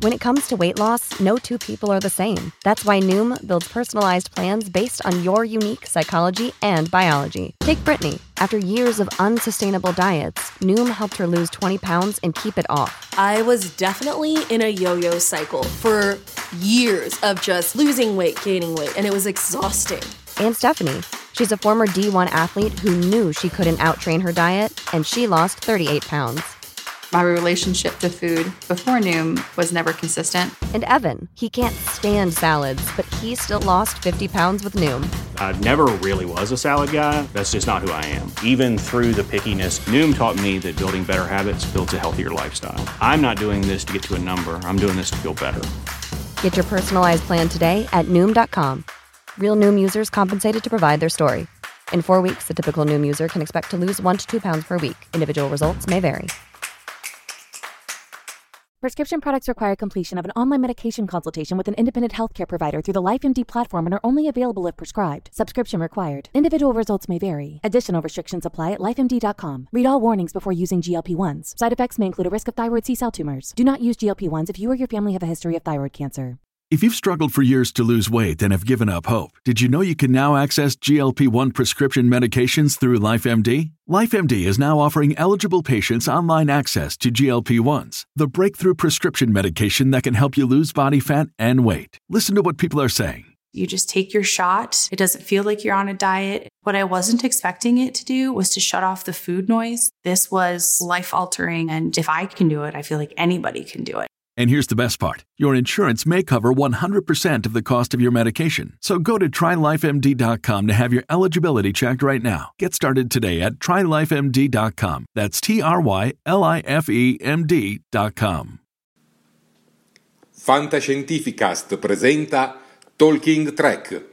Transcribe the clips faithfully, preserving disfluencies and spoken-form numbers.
When it comes to weight loss, no two people are the same. That's why Noom builds personalized plans based on your unique psychology and biology. Take Brittany. After years of unsustainable diets, Noom helped her lose twenty pounds and keep it off. I was definitely in a yo-yo cycle for years of just losing weight, gaining weight, and it was exhausting. And Stephanie. She's a former D one athlete who knew she couldn't outtrain her diet, and she lost thirty-eight pounds. My relationship to food before Noom was never consistent. And Evan, he can't stand salads, but he still lost fifty pounds with Noom. I never really was a salad guy. That's just not who I am. Even through the pickiness, Noom taught me that building better habits builds a healthier lifestyle. I'm not doing this to get to a number. I'm doing this to feel better. Get your personalized plan today at Noom dot com. Real Noom users compensated to provide their story. In four weeks, the typical Noom user can expect to lose one to two pounds per week. Individual results may vary. Prescription products require completion of an online medication consultation with an independent healthcare provider through the LifeMD platform and are only available if prescribed. Subscription required. Individual results may vary. Additional restrictions apply at life M D dot com. Read all warnings before using G L P ones. Side effects may include a risk of thyroid C-cell tumors. Do not use G L P ones if you or your family have a history of thyroid cancer. If you've struggled for years to lose weight and have given up hope, did you know you can now access G L P one prescription medications through LifeMD? LifeMD is now offering eligible patients online access to G L P ones, the breakthrough prescription medication that can help you lose body fat and weight. Listen to what people are saying. You just take your shot. It doesn't feel like you're on a diet. What I wasn't expecting it to do was to shut off the food noise. This was life-altering, and if I can do it, I feel like anybody can do it. And here's the best part. Your insurance may cover one hundred percent of the cost of your medication. So go to try life M D dot com to have your eligibility checked right now. Get started today at try life M D dot com. That's T R Y L I F E M D dot com. Fantascientificast presenta Talking Trek.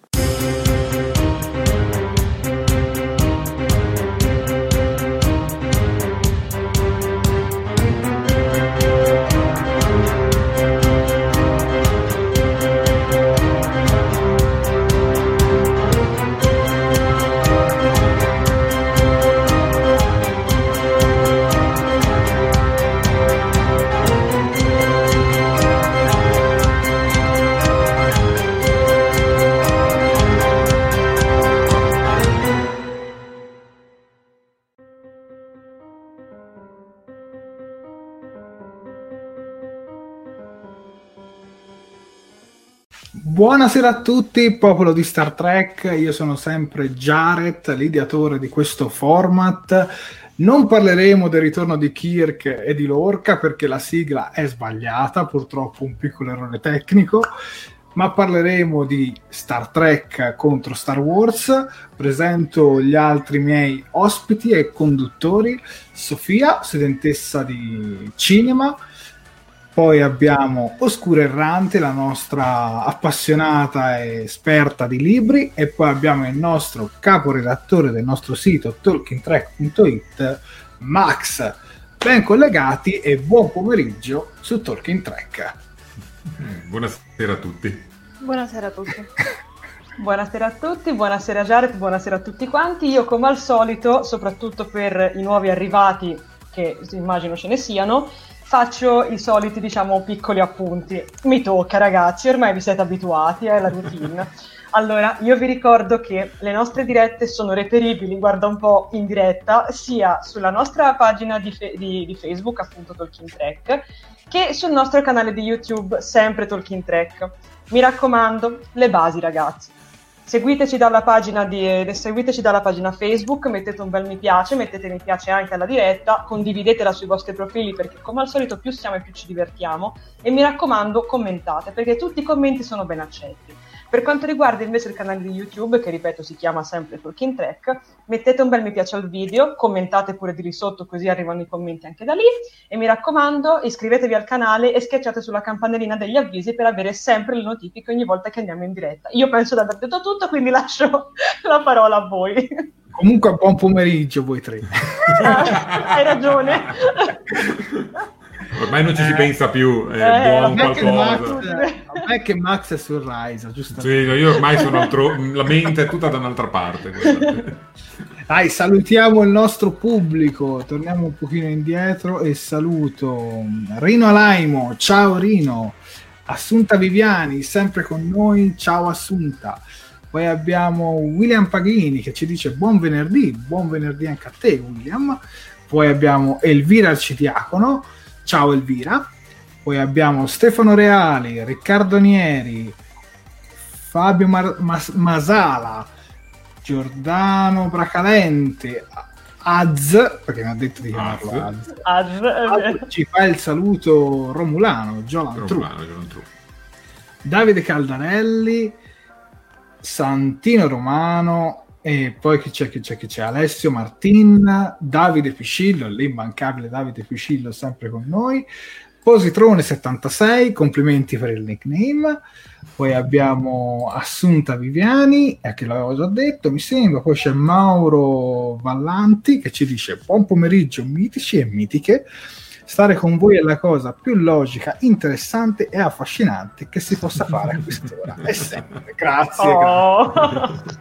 Buonasera a tutti, popolo di Star Trek. Io sono sempre Jared, l'ideatore di questo format. Non parleremo del ritorno di Kirk e di Lorca perché la sigla è sbagliata, purtroppo un piccolo errore tecnico, ma parleremo di Star Trek contro Star Wars. Presento gli altri miei ospiti e conduttori: Sofia, studentessa di cinema. Poi abbiamo Oscura Errante, la nostra appassionata e esperta di libri, e poi abbiamo il nostro caporedattore del nostro sito talking trek punto it, Max. Ben collegati e buon pomeriggio su Talking Trek. Buonasera a tutti. Buonasera a tutti. Buonasera a tutti, buonasera Jared, buonasera a tutti quanti. Io come al solito, soprattutto per i nuovi arrivati, che immagino ce ne siano, faccio i soliti, diciamo, piccoli appunti. Mi tocca, ragazzi, ormai vi siete abituati, è la routine. Allora, io vi ricordo che le nostre dirette sono reperibili, guarda un po', in diretta, sia sulla nostra pagina di, fe- di, di Facebook, appunto Talking Trek, che sul nostro canale di YouTube, sempre Talking Trek. Mi raccomando, le basi, ragazzi. Seguiteci dalla pagina di, seguiteci dalla pagina Facebook, mettete un bel mi piace, mettete mi piace anche alla diretta, condividetela sui vostri profili perché come al solito più siamo e più ci divertiamo, e mi raccomando commentate perché tutti i commenti sono ben accetti. Per quanto riguarda invece il canale di YouTube, che ripeto si chiama sempre Talking Trek, mettete un bel mi piace al video, commentate pure di lì sotto così arrivano i commenti anche da lì, e mi raccomando iscrivetevi al canale e schiacciate sulla campanellina degli avvisi per avere sempre le notifiche ogni volta che andiamo in diretta. Io penso di aver detto tutto, quindi lascio la parola a voi. Comunque buon pomeriggio voi tre. Ah, hai ragione. Ormai non ci si eh, pensa più, eh, eh, buon qualcosa. Max, a me che Max è sul Rise, giustamente. Sì, io ormai sono altro, la mente è tutta da un'altra parte. Dai, salutiamo il nostro pubblico, torniamo un pochino indietro e saluto Rino Alaimo, ciao Rino, Assunta Viviani, sempre con noi, ciao Assunta. Poi abbiamo William Paghini che ci dice buon venerdì, buon venerdì anche a te William. Poi abbiamo Elvira Arcidiacono, ciao Elvira. Poi abbiamo Stefano Reali, Riccardo Nieri, Fabio Mar- Mas- Masala, Giordano Bracalente, Az, perché mi ha detto di chiamarlo Az, Az. Az. Ci fa il saluto Romulano, Giolan Tru, Davide Caldarelli, Santino Romano, e poi chi c'è, chi c'è, chi c'è? Alessio Martin, Davide Piscillo, l'immancabile Davide Piscillo sempre con noi, Positrone settantasei, complimenti per il nickname. Poi abbiamo Assunta Viviani, eh, che l'avevo già detto, mi sembra. Poi c'è Mauro Vallanti che ci dice buon pomeriggio mitici e mitiche. Stare con voi è la cosa più logica, interessante e affascinante che si possa fare a quest'ora. E sempre. Grazie. Oh. grazie.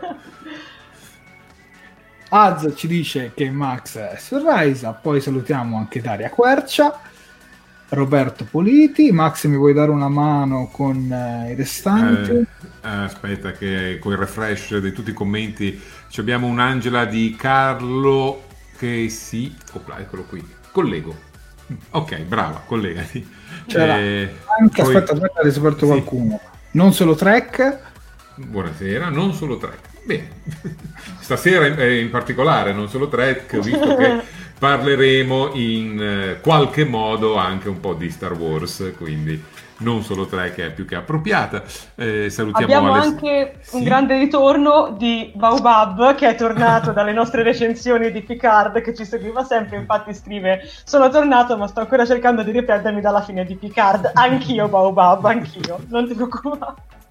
Az ci dice che Max è su Raisa. Poi salutiamo anche Daria Quercia, Roberto Politi. Max, mi vuoi dare una mano con eh, i restanti? Eh, eh, aspetta che con il refresh di tutti i commenti ci abbiamo un'Angela di Carlo che sì, opla, eccolo qui, collego. Ok, brava, collegati. Eh, anche, poi, aspetta, aspetta, hai scoperto sì. qualcuno. Non solo Trek. Buonasera, non solo Trek. Bene, stasera in particolare non solo Trek, visto che parleremo in qualche modo anche un po' di Star Wars, quindi non solo Trek è più che appropriata. Eh, salutiamo Abbiamo Aless- anche sì. un grande ritorno di Baobab, che è tornato dalle nostre recensioni di Picard, che ci seguiva sempre, infatti scrive sono tornato ma sto ancora cercando di riprendermi dalla fine di Picard. Anch'io Baobab, anch'io, non ti preoccupare.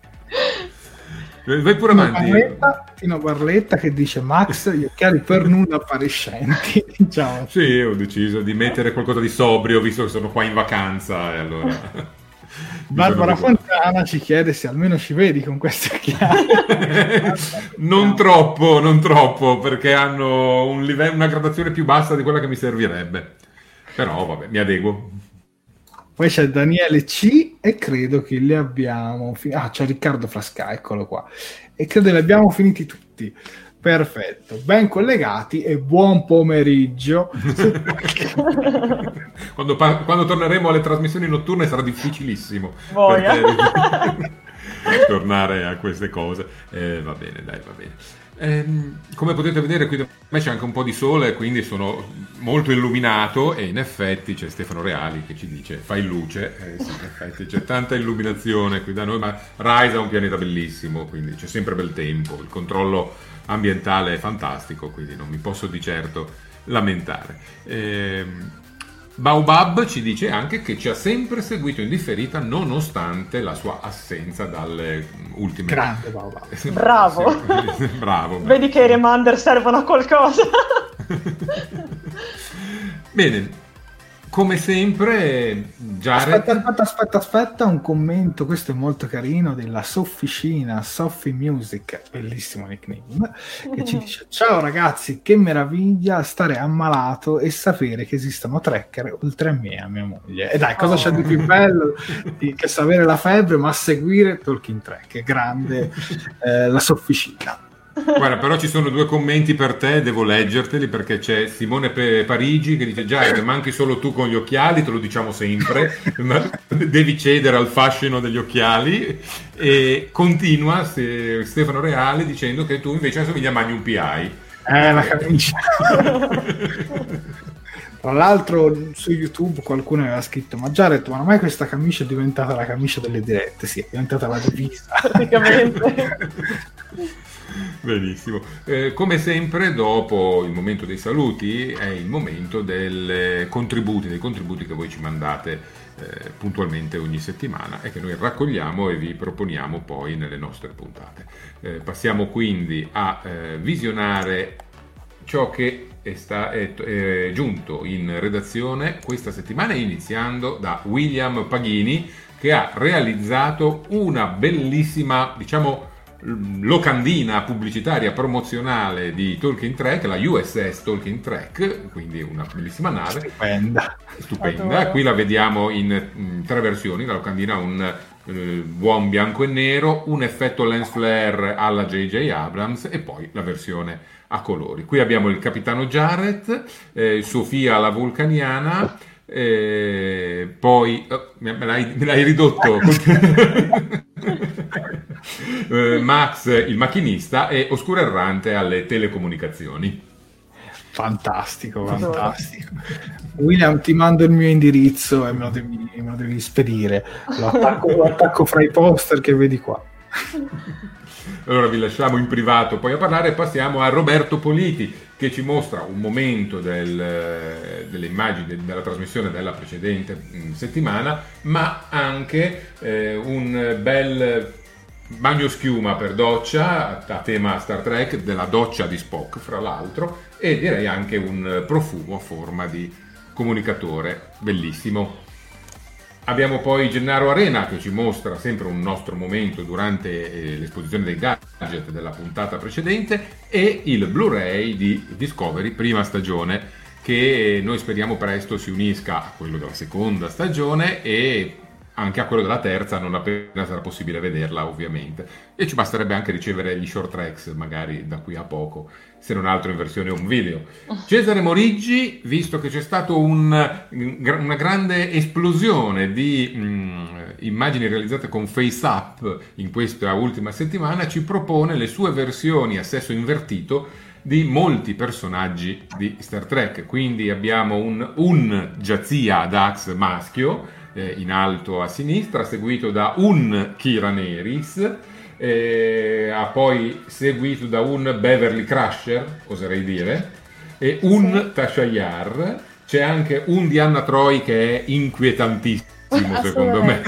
Vai pure avanti. Tino Barletta, Tino Barletta che dice Max, gli occhiali per nulla appariscenti. Ciao. Sì, ho deciso di mettere qualcosa di sobrio visto che sono qua in vacanza e allora... Barbara Fontana ci chiede se almeno ci vedi con questi occhiali. Non troppo, non troppo, perché hanno un livello, una gradazione più bassa di quella che mi servirebbe. Però vabbè, mi adeguo. Poi c'è Daniele C e credo che li abbiamo finiti. Ah, c'è Riccardo Frasca, eccolo qua. E credo li abbiamo finiti tutti. Perfetto, ben collegati e buon pomeriggio. quando, pa- quando torneremo alle trasmissioni notturne sarà difficilissimo tornare a queste cose. Eh, va bene, dai, va bene. Ehm, come potete vedere qui da me c'è anche un po' di sole, quindi sono molto illuminato e in effetti c'è Stefano Reali che ci dice fai luce. Eh, sì, in effetti c'è tanta illuminazione qui da noi, ma Raisa è un pianeta bellissimo, quindi c'è sempre bel tempo, il controllo ambientale è fantastico, quindi non mi posso di certo lamentare. Ehm, Baobab ci dice anche che ci ha sempre seguito in differita nonostante la sua assenza dalle ultime... Grande Baobab. Bravo. Bravo. Vedi che i reminder servono a qualcosa. Bene. Come sempre, Jared... Aspetta, aspetta, aspetta, aspetta, un commento, questo è molto carino, della Sofficina, Sophie Music, bellissimo nickname, che ci dice ciao ragazzi, che meraviglia stare ammalato e sapere che esistono tracker oltre a me e a mia moglie. E dai, cosa oh. c'è di più bello di, che sapere la febbre, ma seguire Talking Trek, grande eh, la Sofficina. Guarda, però ci sono due commenti per te, devo leggerteli perché c'è Simone P- Parigi che dice già, manchi solo tu con gli occhiali, te lo diciamo sempre, ma devi cedere al fascino degli occhiali, e continua se, Stefano Reale dicendo che tu invece assomigli a Magnum P I. Eh, la camicia. Tra l'altro su YouTube qualcuno aveva scritto ma Jared, ma ormai questa camicia è diventata la camicia delle dirette, sì, è diventata la divisa. Praticamente. Benissimo, eh, come sempre dopo il momento dei saluti è il momento dei contributi, dei contributi che voi ci mandate eh, puntualmente ogni settimana e che noi raccogliamo e vi proponiamo poi nelle nostre puntate. Eh, passiamo quindi a eh, visionare ciò che è, sta, è, è giunto in redazione questa settimana, iniziando da William Paghini, che ha realizzato una bellissima, diciamo, locandina pubblicitaria promozionale di Talking Trek, la U S S Talking Trek, quindi una bellissima nave stupenda, stupenda. Qui la vediamo in, in tre versioni. La locandina un eh, buon bianco e nero, un effetto lens flare alla J J Abrams e poi la versione a colori. Qui abbiamo il capitano Jarrett, eh, Sofia la vulcaniana, eh, poi oh, me, l'hai, me l'hai ridotto eh, Max il macchinista e Oscuro Errante alle telecomunicazioni. Fantastico, fantastico. William, ti mando il mio indirizzo e me lo devi, me lo devi spedire. Lo attacco, lo attacco fra i poster che vedi qua. Allora vi lasciamo in privato poi a parlare e passiamo a Roberto Politi, che ci mostra un momento del, delle immagini della trasmissione della precedente settimana, ma anche eh, un bel bagno schiuma per doccia a tema Star Trek, della doccia di Spock fra l'altro, e direi anche un profumo a forma di comunicatore bellissimo. Abbiamo poi Gennaro Arena, che ci mostra sempre un nostro momento durante eh, l'esposizione dei gadget della puntata precedente, e il Blu-ray di Discovery prima stagione, che noi speriamo presto si unisca a quello della seconda stagione e anche a quello della terza, non appena sarà possibile vederla ovviamente. E ci basterebbe anche ricevere gli short tracks magari da qui a poco, se non altro in versione home video. Cesare Moriggi, visto che c'è stato un, una grande esplosione di mh, immagini realizzate con FaceApp in questa ultima settimana, ci propone le sue versioni a sesso invertito di molti personaggi di Star Trek. Quindi abbiamo un, un Jadzia Dax maschio in alto a sinistra, seguito da un Kira Nerys, eh, ha poi seguito da un Beverly Crusher, oserei dire, e un sì. Tasha Yar. C'è anche un Diana Troy che è inquietantissimo secondo me,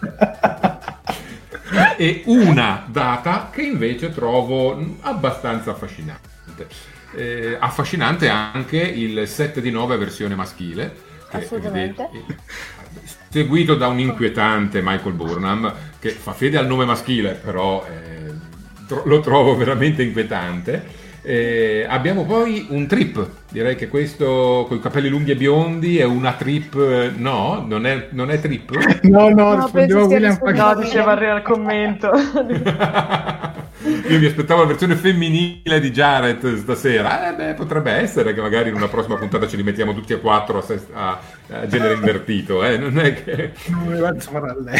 e una Data che invece trovo abbastanza affascinante. Eh, affascinante anche il sette di nove versione maschile, che assolutamente evidente, seguito da un inquietante Michael Burnham che fa fede al nome maschile, però eh, tro- lo trovo veramente inquietante. Eh, abbiamo poi un Trip, direi che questo con i capelli lunghi e biondi è una Trip, no? Non è, non è Trip? No, no, no, rispondeva William. No, diceva il commento. Io mi aspettavo la versione femminile di Jarrett stasera. Eh beh, potrebbe essere che magari in una prossima puntata ce li mettiamo tutti e quattro a, ses- a, a genere invertito, eh? Non è che non mi faccio fare a lei.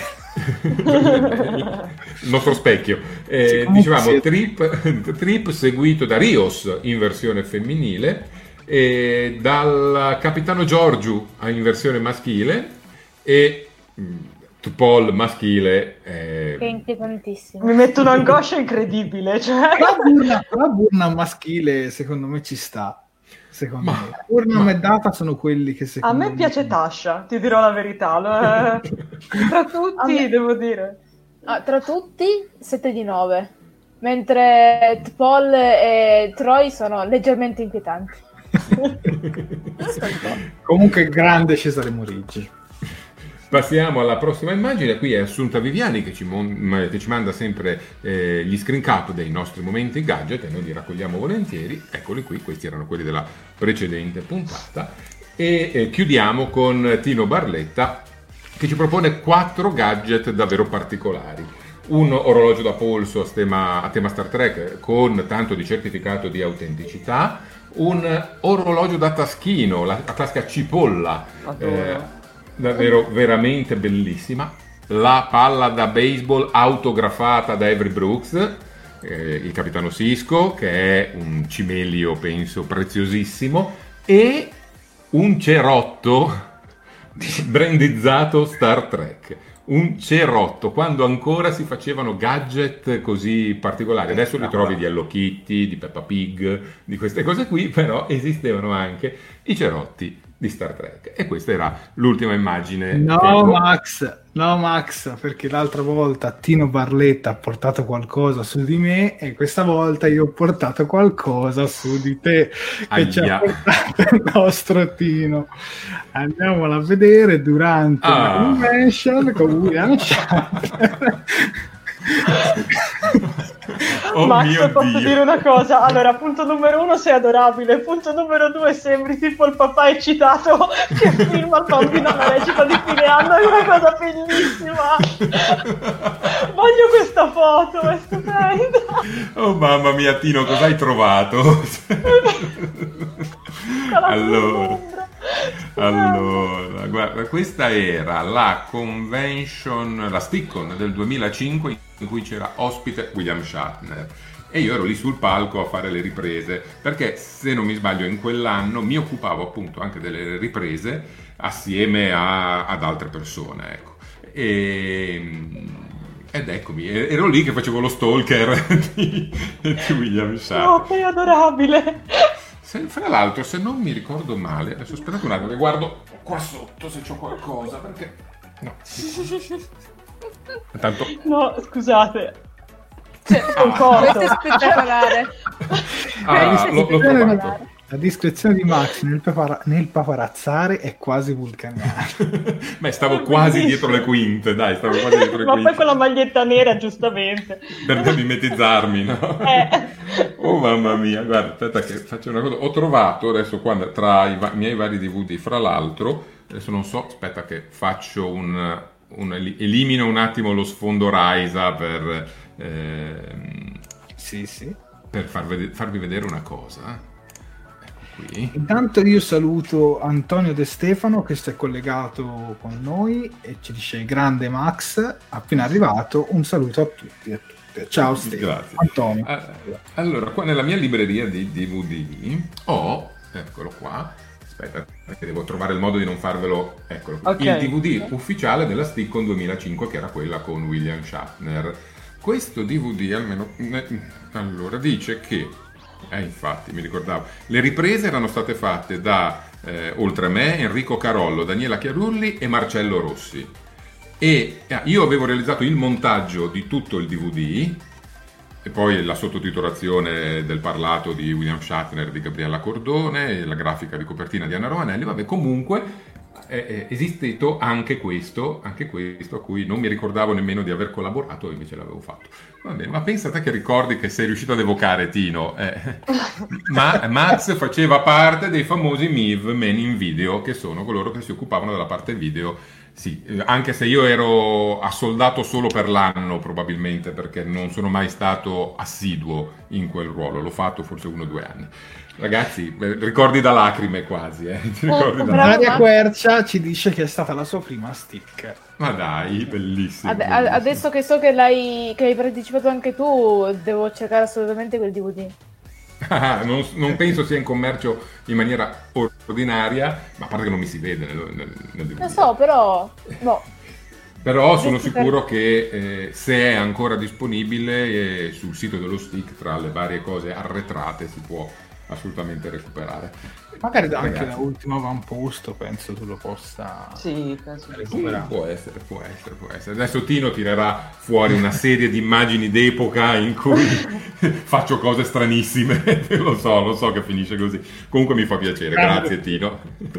Il nostro specchio. Eh, dicevamo trip, trip seguito da Rios in versione femminile, e dal Capitano Giorgiu in versione maschile, e T'Pol maschile, eh... che è inquietantissimo. Mi mette un'angoscia incredibile, cioè. La Burnham, la Burnham maschile secondo me ci sta, secondo ma, me Burnham ma... e Data sono quelli che secondo me... A me piace Tasha, ti dirò la verità, tra tutti me... devo dire. Ah, tra tutti sette di nove, mentre T'Pol e Troy sono leggermente inquietanti. Comunque grande Cesare Moriggi. Passiamo alla prossima immagine. Qui è Assunta Viviani che ci, mon- che ci manda sempre eh, gli screen cap dei nostri momenti gadget, e noi li raccogliamo volentieri. Eccoli qui, questi erano quelli della precedente puntata. E eh, chiudiamo con Tino Barletta, che ci propone quattro gadget davvero particolari. Un orologio da polso a tema, a tema Star Trek con tanto di certificato di autenticità, un orologio da taschino, la, la classica cipolla, eh, davvero veramente bellissima, la palla da baseball autografata da Avery Brooks, eh, il capitano Sisko, che è un cimelio penso preziosissimo, e un cerotto brandizzato Star Trek. Un cerotto, quando ancora si facevano gadget così particolari. Adesso li trovi di Hello Kitty, di Peppa Pig, di queste cose qui, però esistevano anche i cerotti di Star Trek. E questa era l'ultima immagine. No, che... Max, no Max, perché l'altra volta Tino Barletta ha portato qualcosa su di me e questa volta io ho portato qualcosa su di te, che Aia. Ci ha portato il nostro Tino. Andiamola a vedere durante ah. la convention con William Shatner. Oh Max, mio posso Dio. dire una cosa? Allora, punto numero uno, sei adorabile. Punto numero due, sembri tipo il papà eccitato che filma il bambino alla recita di fine anno. È una cosa bellissima. Voglio questa foto, è stupenda. Oh mamma mia, Tino, cosa hai trovato? Allora, allora, guarda, questa era la convention, la Stickon del duemilacinque in cui c'era ospite William Shatner e io ero lì sul palco a fare le riprese perché, se non mi sbaglio, in quell'anno mi occupavo appunto anche delle riprese assieme a, ad altre persone, ecco. E, ed eccomi, ero lì che facevo lo stalker di, di William Shatner. Oh, sei adorabile. Se, fra l'altro, se non mi ricordo male, adesso aspettate un attimo che guardo qua sotto se c'ho qualcosa, perché no. Intanto No, scusate. Cioè, Concordo. questo è spettacolare. ah, l'ho, l'ho trovato. La discrezione di Max nel, papara- nel paparazzare è quasi vulcaniana. Beh, stavo quasi dietro le quinte, dai, stavo quasi dietro le Ma quinte. poi con la maglietta nera, giustamente. Per mimetizzarmi, no? Eh. Oh mamma mia, guarda, aspetta che faccio una cosa. Ho trovato adesso qua tra i va- miei vari D V D, fra l'altro, adesso non so, aspetta che faccio un, un elimino un attimo lo sfondo Raisa per ehm, Sì, sì. per far ved- farvi vedere una cosa. Ecco qui. Intanto io saluto Antonio De Stefano che si è collegato con noi e ci dice: grande Max, appena arrivato, un saluto a tutti e a tutte. Ciao Stefano. Grazie. Antonio. Allora, qua nella mia libreria di D V D ho, eccolo qua, aspetta, perché devo trovare il modo di non farvelo, eccolo qui, Okay. il D V D ufficiale della Stickon duemilacinque, che era quella con William Shatner. Questo D V D almeno, allora, dice che, eh infatti, mi ricordavo, le riprese erano state fatte da, eh, oltre a me, Enrico Carollo, Daniela Chiarulli e Marcello Rossi. E io avevo realizzato il montaggio di tutto il D V D e poi la sottotitolazione del parlato di William Shatner di Gabriella Cordone e la grafica di copertina di Anna Romanelli. Vabbè, comunque è esistito anche questo, anche questo a cui non mi ricordavo nemmeno di aver collaborato e invece l'avevo fatto. Va bene, ma pensa te che ricordi che sei riuscito ad evocare, Tino. Eh, ma Max faceva parte dei famosi M I V, Men in Video, che sono coloro che si occupavano della parte video. Sì, anche se io ero assoldato solo per l'anno probabilmente, perché non sono mai stato assiduo in quel ruolo, l'ho fatto forse uno o due anni. Ragazzi, ricordi da lacrime quasi, eh? Ricordi da Maria Quercia ci dice che è stata la sua prima stick. Ma dai, bellissimo. Ade- bellissimo. Adesso che so che l'hai che hai partecipato anche tu, devo cercare assolutamente quel D V D. Ah, non, non penso sia in commercio in maniera ordinaria, ma a parte che non mi si vede nel, nel, nel D V D. Lo so, però boh. Però sono Giusto sicuro per- che eh, se è ancora disponibile eh, sul sito dello Stick, tra le varie cose arretrate, si può assolutamente recuperare. Magari anche Ragazzi. da ultimo avamposto penso tu lo possa Sì, penso di sì. recuperare. Può essere, può essere, può essere. Adesso Tino tirerà fuori una serie di immagini d'epoca in cui faccio cose stranissime. Lo so, lo so che finisce così. Comunque mi fa piacere, grazie Tino.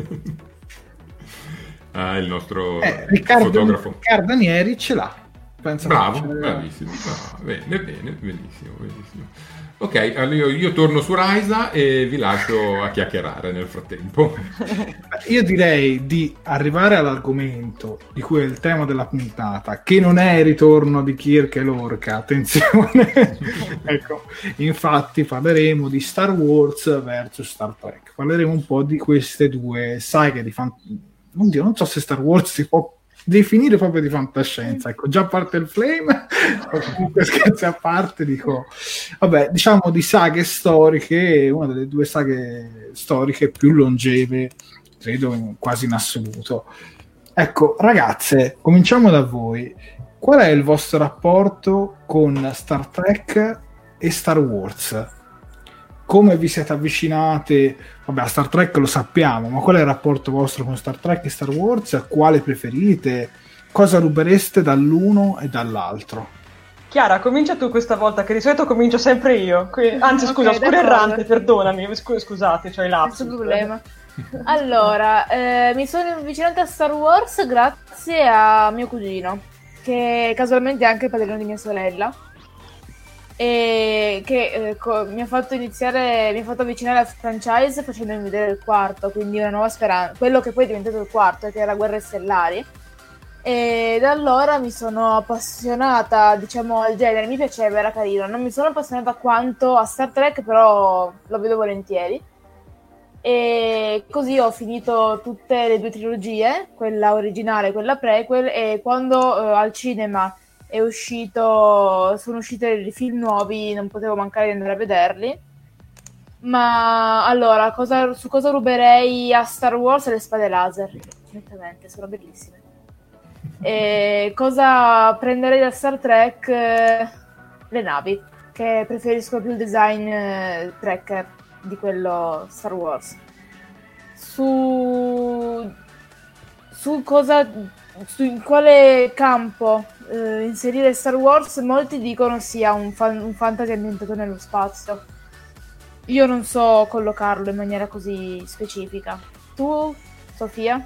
Ah, il nostro Eh, Riccardo, fotografo. Riccardo Nieri ce l'ha. Penso Bravo, che ce l'ha. bravissimo. Bravo. Bene, bene, benissimo, benissimo. Ok, allora io, io torno su Raisa e vi lascio a chiacchierare nel frattempo. Io direi di arrivare all'argomento di cui è il tema della puntata, che non è il ritorno di Kirk e Lorca, attenzione. Ecco, infatti parleremo di Star Wars versus Star Trek. Parleremo un po' di queste due saghe di fantascienza. Oddio, non so se Star Wars si può definire proprio di fantascienza, ecco, già a parte il flame, comunque scherzi a parte, dico, vabbè, diciamo di saghe storiche, una delle due saghe storiche più longeve, credo quasi in assoluto. Ecco, ragazze, cominciamo da voi. Qual è il vostro rapporto con Star Trek e Star Wars? Come vi siete avvicinate? Vabbè, a Star Trek lo sappiamo, ma qual è il rapporto vostro con Star Trek e Star Wars? Quale preferite? Cosa rubereste dall'uno e dall'altro? Chiara, comincia tu questa volta, che di solito comincio sempre io. Que- Anzi, Ok, scusa, oscuro d'accordo. errante, perdonami, scu- scusate, c'ho i lapsus. Nessun problema. Allora, eh, mi sono avvicinata a Star Wars grazie a mio cugino, che casualmente è anche il padrino di mia sorella. e che eh, co- mi ha fatto iniziare, mi ha fatto avvicinare al franchise facendomi vedere il quarto, quindi una nuova speranza, quello che poi è diventato il quarto, che era Guerre Stellari, e da allora mi sono appassionata, diciamo, al genere, mi piaceva, era carino, non mi sono appassionata quanto a Star Trek, però lo vedo volentieri, e così ho finito tutte le due trilogie, quella originale e quella prequel, e quando eh, al cinema è uscito, sono usciti i film nuovi, non potevo mancare di andare a vederli. Ma allora, cosa, su cosa ruberei a Star Wars? Le spade laser, nettamente, sono bellissime. E cosa prenderei da Star Trek? Le navi, che preferisco più il design eh, Trekker di quello Star Wars. Su, su cosa, su in quale campo eh, inserire Star Wars, molti dicono sia un, fan, un fantasy ambientato nello spazio. Io non so collocarlo in maniera così specifica. Tu, Sofia?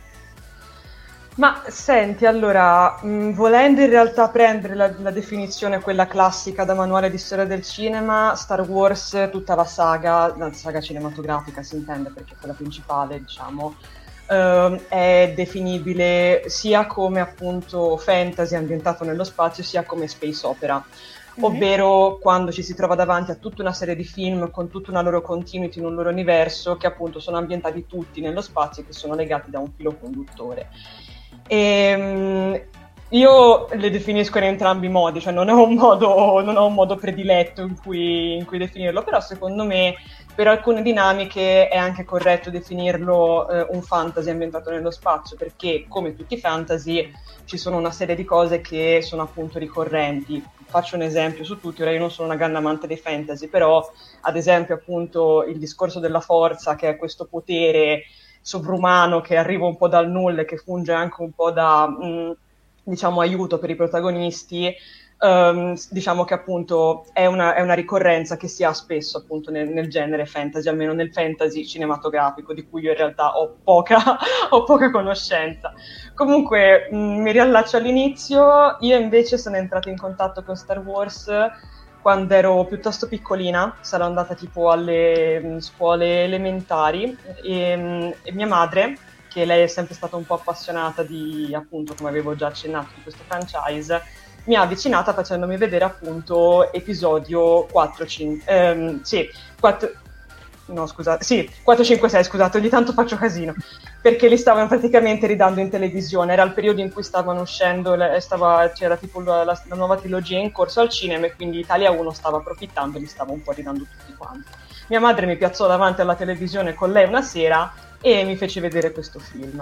Ma senti, allora, mh, volendo in realtà prendere la, la definizione, quella classica da manuale di storia del cinema, Star Wars, tutta la saga, la saga cinematografica si intende perché è quella principale, diciamo, ehm, è definibile sia come appunto fantasy ambientato nello spazio, sia come space opera. Ovvero quando ci si trova davanti a tutta una serie di film con tutta una loro continuity in un loro universo che appunto sono ambientati tutti nello spazio e che sono legati da un filo conduttore. E, um, io le definisco in entrambi i modi, cioè non ho un modo, non ho un modo prediletto in cui, in cui definirlo, però secondo me per alcune dinamiche è anche corretto definirlo eh, un fantasy ambientato nello spazio, perché come tutti i fantasy ci sono una serie di cose che sono appunto ricorrenti. Faccio un esempio su tutti, ora io non sono una grande amante dei fantasy, però ad esempio appunto il discorso della forza, che è questo potere sovrumano che arriva un po' dal nulla e che funge anche un po' da mh, diciamo aiuto per i protagonisti, um, diciamo che appunto è una, è una ricorrenza che si ha spesso appunto nel, nel genere fantasy, almeno nel fantasy cinematografico, di cui io in realtà ho poca, ho poca conoscenza. Comunque mh, mi riallaccio all'inizio. Io invece sono entrata in contatto con Star Wars quando ero piuttosto piccolina, sarò andata tipo alle mh, scuole elementari e, mh, e mia madre, che lei è sempre stata un po' appassionata di, appunto, come avevo già accennato, di questo franchise, mi ha avvicinata facendomi vedere appunto episodio quattro cinque, ehm, sì, quattro, no scusate, sì, quattro cinque sei, scusate, ogni tanto faccio casino, perché li stavano praticamente ridando in televisione, era il periodo in cui stavano uscendo, stava, c'era tipo la, la, la nuova trilogia in corso al cinema e quindi Italia uno stava approfittando e li stava un po' ridando tutti quanti. Mia madre mi piazzò davanti alla televisione con lei una sera e mi fece vedere questo film.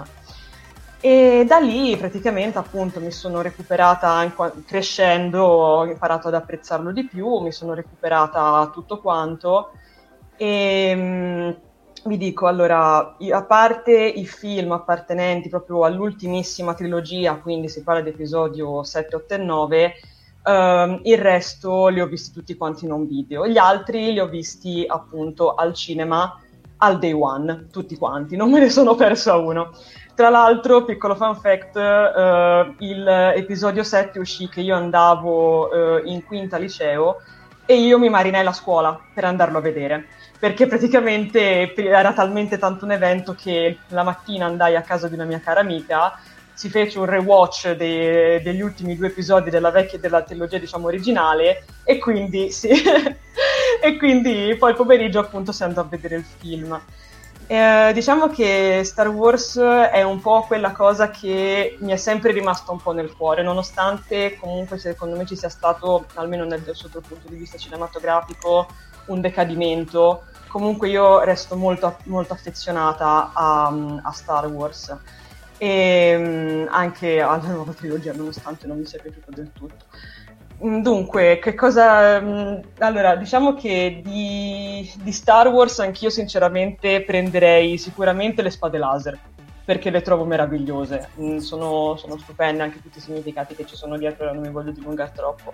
E da lì praticamente appunto mi sono recuperata, crescendo, ho imparato ad apprezzarlo di più, mi sono recuperata tutto quanto e mh, vi dico, allora, a parte i film appartenenti proprio all'ultimissima trilogia, quindi si parla di episodio sette, otto e nove, Um, il resto li ho visti tutti quanti in un video, gli altri li ho visti appunto al cinema al day one, tutti quanti, non me ne sono persa uno. Tra l'altro, piccolo fun fact, uh, il episodio sette uscì che io andavo uh, in quinta liceo e io mi marinai la scuola per andarlo a vedere, perché praticamente era talmente tanto un evento che la mattina andai a casa di una mia cara amica, si fece un rewatch de- degli ultimi due episodi della vecchia della trilogia, diciamo, originale, e quindi sì, e quindi poi il pomeriggio appunto si andò a vedere il film. Eh, diciamo che Star Wars è un po' quella cosa che mi è sempre rimasta un po' nel cuore, nonostante comunque secondo me ci sia stato, almeno nel, sotto il punto di vista cinematografico, un decadimento. Comunque io resto molto, molto affezionata a, a Star Wars. E um, anche alla nuova trilogia, nonostante non mi sia piaciuto del tutto. Dunque, che cosa... Um, allora, diciamo che di, di Star Wars anch'io sinceramente prenderei sicuramente le spade laser, perché le trovo meravigliose, mm, sono, sono stupende anche tutti i significati che ci sono dietro, non mi voglio dilungare troppo.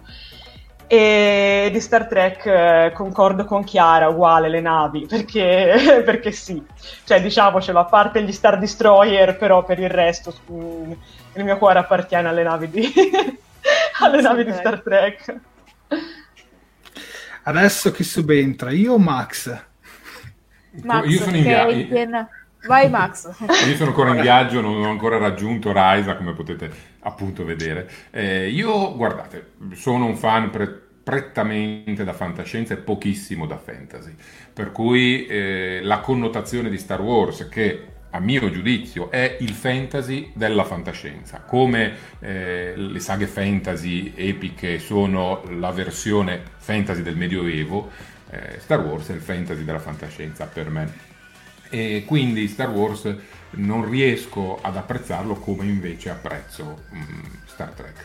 E di Star Trek eh, concordo con Chiara, uguale, le navi, perché, perché sì, cioè diciamocelo, a parte gli Star Destroyer, però per il resto mh, il mio cuore appartiene alle navi di, alle navi di Star Trek. Adesso chi subentra? Io o Max? Max, io sono in viaggio. Piena... Vai Max. Io sono ancora in viaggio, non ho ancora raggiunto Raisa, come potete appunto vedere. Eh, io, guardate, sono un fan pre- prettamente da fantascienza e pochissimo da fantasy, per cui eh, la connotazione di Star Wars, che a mio giudizio è il fantasy della fantascienza, come eh, le saghe fantasy epiche sono la versione fantasy del Medioevo, eh, Star Wars è il fantasy della fantascienza per me. E quindi Star Wars non riesco ad apprezzarlo come invece apprezzo um, Star Trek.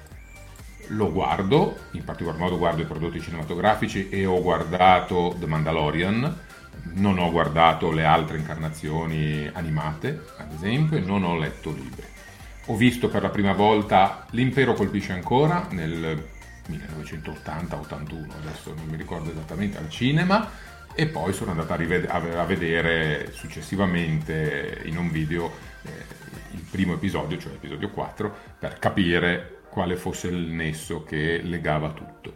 Lo guardo, in particolar modo guardo i prodotti cinematografici e ho guardato The Mandalorian, non ho guardato le altre incarnazioni animate, ad esempio, e non ho letto libri. Ho visto per la prima volta L'Impero colpisce ancora nel millenovecentottanta ottantuno, adesso non mi ricordo esattamente, al cinema, e poi sono andato a, rived- a vedere successivamente in un video eh, il primo episodio, cioè l'episodio quattro, per capire quale fosse il nesso che legava tutto.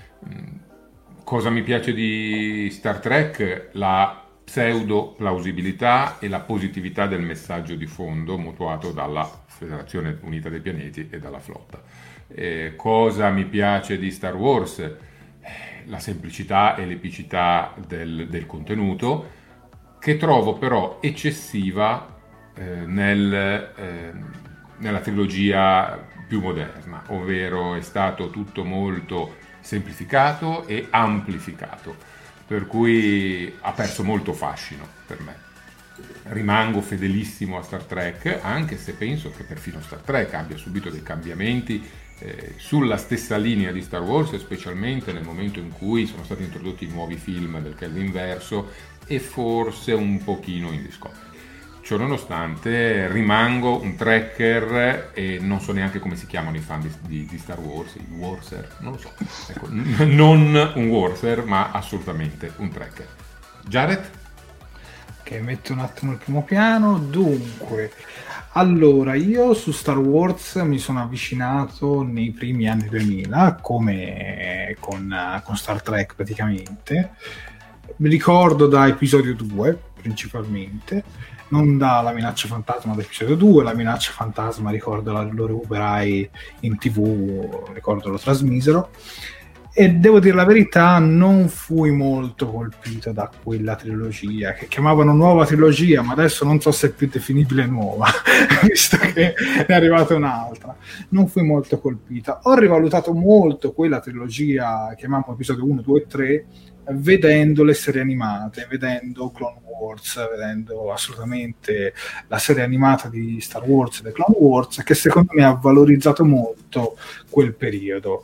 Cosa mi piace di Star Trek? La pseudo plausibilità e la positività del messaggio di fondo mutuato dalla Federazione Unita dei Pianeti e dalla flotta. Eh, cosa mi piace di Star Wars? La semplicità e l'epicità del, del contenuto, che trovo però eccessiva eh, nel, eh, nella trilogia più moderna, ovvero è stato tutto molto semplificato e amplificato, per cui ha perso molto fascino per me. Rimango fedelissimo a Star Trek, anche se penso che perfino Star Trek abbia subito dei cambiamenti eh, sulla stessa linea di Star Wars, specialmente nel momento in cui sono stati introdotti i nuovi film del Kelvin verso e forse un pochino in Discovery. Ciò nonostante rimango un trekker e non so neanche come si chiamano i fan di, di, di Star Wars, i Warser, non lo so, ecco, n- non un Warser ma assolutamente un trekker. Jared? Ok, metto un attimo il primo piano. Dunque, allora, io su Star Wars mi sono avvicinato nei primi anni duemila, come con, con Star Trek praticamente. Mi ricordo da episodio due, principalmente, non dalla minaccia fantasma da episodio due. La minaccia fantasma ricordo lo recuperai in tv, ricordo lo trasmisero. E devo dire la verità, non fui molto colpito da quella trilogia, che chiamavano nuova trilogia, ma adesso non so se è più definibile nuova, visto che è arrivata un'altra. Non fui molto colpita. Ho rivalutato molto quella trilogia, chiamiamo episodio uno, due e tre, vedendo le serie animate, vedendo Clone Wars, vedendo assolutamente la serie animata di Star Wars, The Clone Wars, che secondo me ha valorizzato molto quel periodo.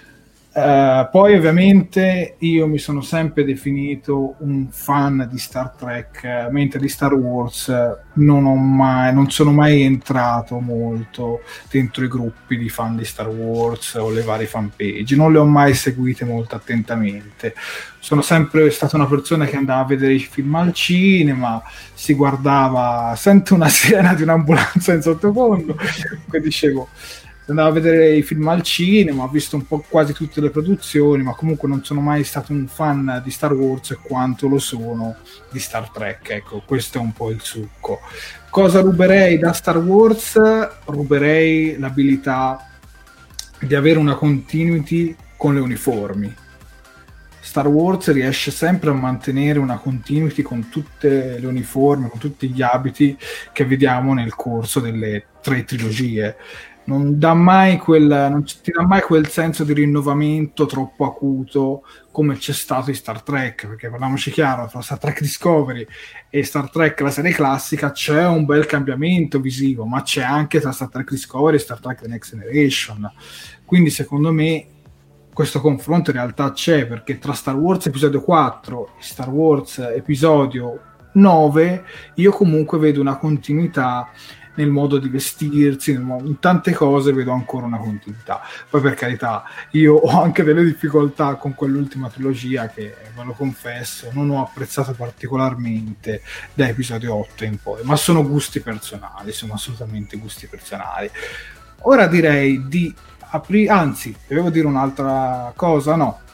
Uh, poi ovviamente io mi sono sempre definito un fan di Star Trek, mentre di Star Wars non ho mai, non sono mai entrato molto dentro i gruppi di fan di Star Wars o le varie fanpage, non le ho mai seguite molto attentamente. Sono sempre stata una persona che andava a vedere i film al cinema, si guardava, sento una sirena di un'ambulanza in sottofondo, che dicevo, andavo a vedere i film al cinema, ho visto un po' quasi tutte le produzioni, ma comunque non sono mai stato un fan di Star Wars quanto lo sono di Star Trek. Ecco, questo è un po' il succo. Cosa ruberei da Star Wars? Ruberei l'abilità di avere una continuity con le uniformi. Star Wars riesce sempre a mantenere una continuity con tutte le uniformi, con tutti gli abiti che vediamo nel corso delle tre trilogie. Non dà mai quel, non ti dà mai quel senso di rinnovamento troppo acuto come c'è stato in Star Trek, perché parliamoci chiaro, tra Star Trek Discovery e Star Trek la serie classica c'è un bel cambiamento visivo, ma c'è anche tra Star Trek Discovery e Star Trek The Next Generation. Quindi secondo me questo confronto in realtà c'è, perché tra Star Wars episodio quattro e Star Wars episodio nove io comunque vedo una continuità nel modo di vestirsi, nel modo, in tante cose vedo ancora una continuità. Poi per carità, io ho anche delle difficoltà con quell'ultima trilogia che, ve lo confesso, non ho apprezzato particolarmente da episodio otto in poi, ma sono gusti personali, sono assolutamente gusti personali. Ora direi di aprire, anzi, devo dire un'altra cosa, no,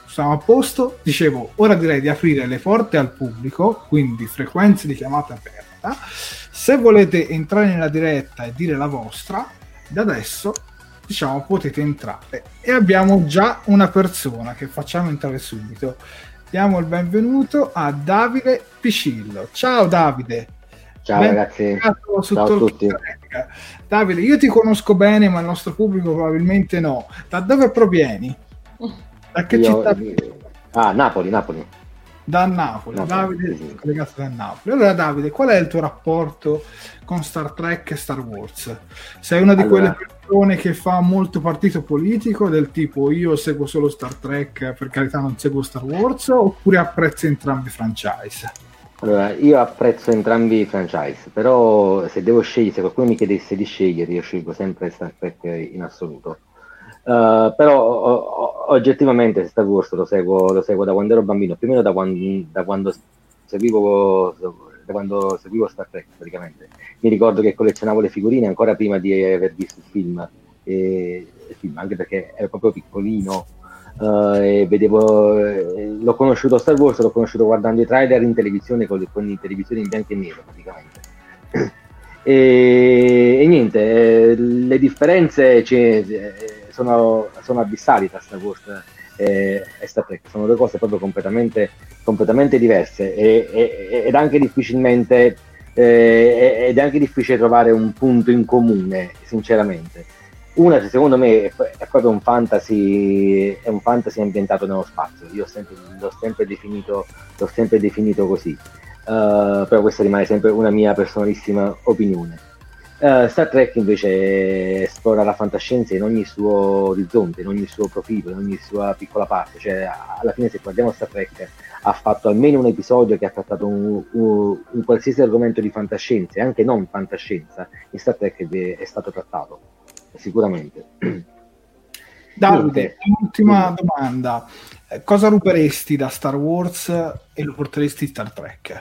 Siamo a posto? Dicevo, ora direi di aprire le porte al pubblico, quindi frequenze di chiamata aperta. Se volete entrare nella diretta e dire la vostra, da adesso, diciamo, potete entrare. E abbiamo già una persona che facciamo entrare subito. Diamo il benvenuto a Davide Piscillo. Ciao Davide. Ciao ragazzi, ciao a tutti. Davide, io ti conosco bene, ma il nostro pubblico probabilmente no. Da dove provieni? Da che Io, città? Ah, Napoli, Napoli. Da Napoli, Napoli, Davide sì, sì. collegato da Napoli. Allora Davide, qual è il tuo rapporto con Star Trek e Star Wars? Sei una di Allora, quelle persone che fa molto partito politico, del tipo io seguo solo Star Trek, per carità non seguo Star Wars, oppure apprezzi entrambi i franchise? allora, io apprezzo entrambi i franchise, però se devo scegliere, se qualcuno mi chiedesse di scegliere, io scelgo sempre Star Trek in assoluto. Uh, però o, o, oggettivamente Star Wars lo seguo, lo seguo da quando ero bambino, più o meno da quando, da quando seguivo da quando seguivo Star Trek praticamente. Mi ricordo che collezionavo le figurine ancora prima di aver visto il film, e, il film anche perché ero proprio piccolino, uh, e vedevo, eh, l'ho conosciuto Star Wars, l'ho conosciuto guardando i trailer in televisione, con, le, con i televisioni in bianco e nero praticamente. E, e niente, eh, le differenze c'è, sono, sono abissali tra Star Wars e, e Star Trek, sono due cose proprio completamente, completamente diverse e, e, ed anche difficilmente eh, ed è anche difficile trovare un punto in comune, sinceramente. Una, secondo me, è, è proprio un fantasy, è un fantasy ambientato nello spazio. Io ho sempre, l'ho sempre definito, l'ho sempre definito così. Uh, però questa rimane sempre una mia personalissima opinione. Uh, Star Trek invece esplora la fantascienza in ogni suo orizzonte, in ogni suo profilo, in ogni sua piccola parte. Cioè, alla fine, se guardiamo Star Trek, ha fatto almeno un episodio che ha trattato un, un, un qualsiasi argomento di fantascienza, e anche non fantascienza, in Star Trek è, è stato trattato, sicuramente. Davide, ultima domanda. Cosa ruberesti da Star Wars e lo porteresti in Star Trek?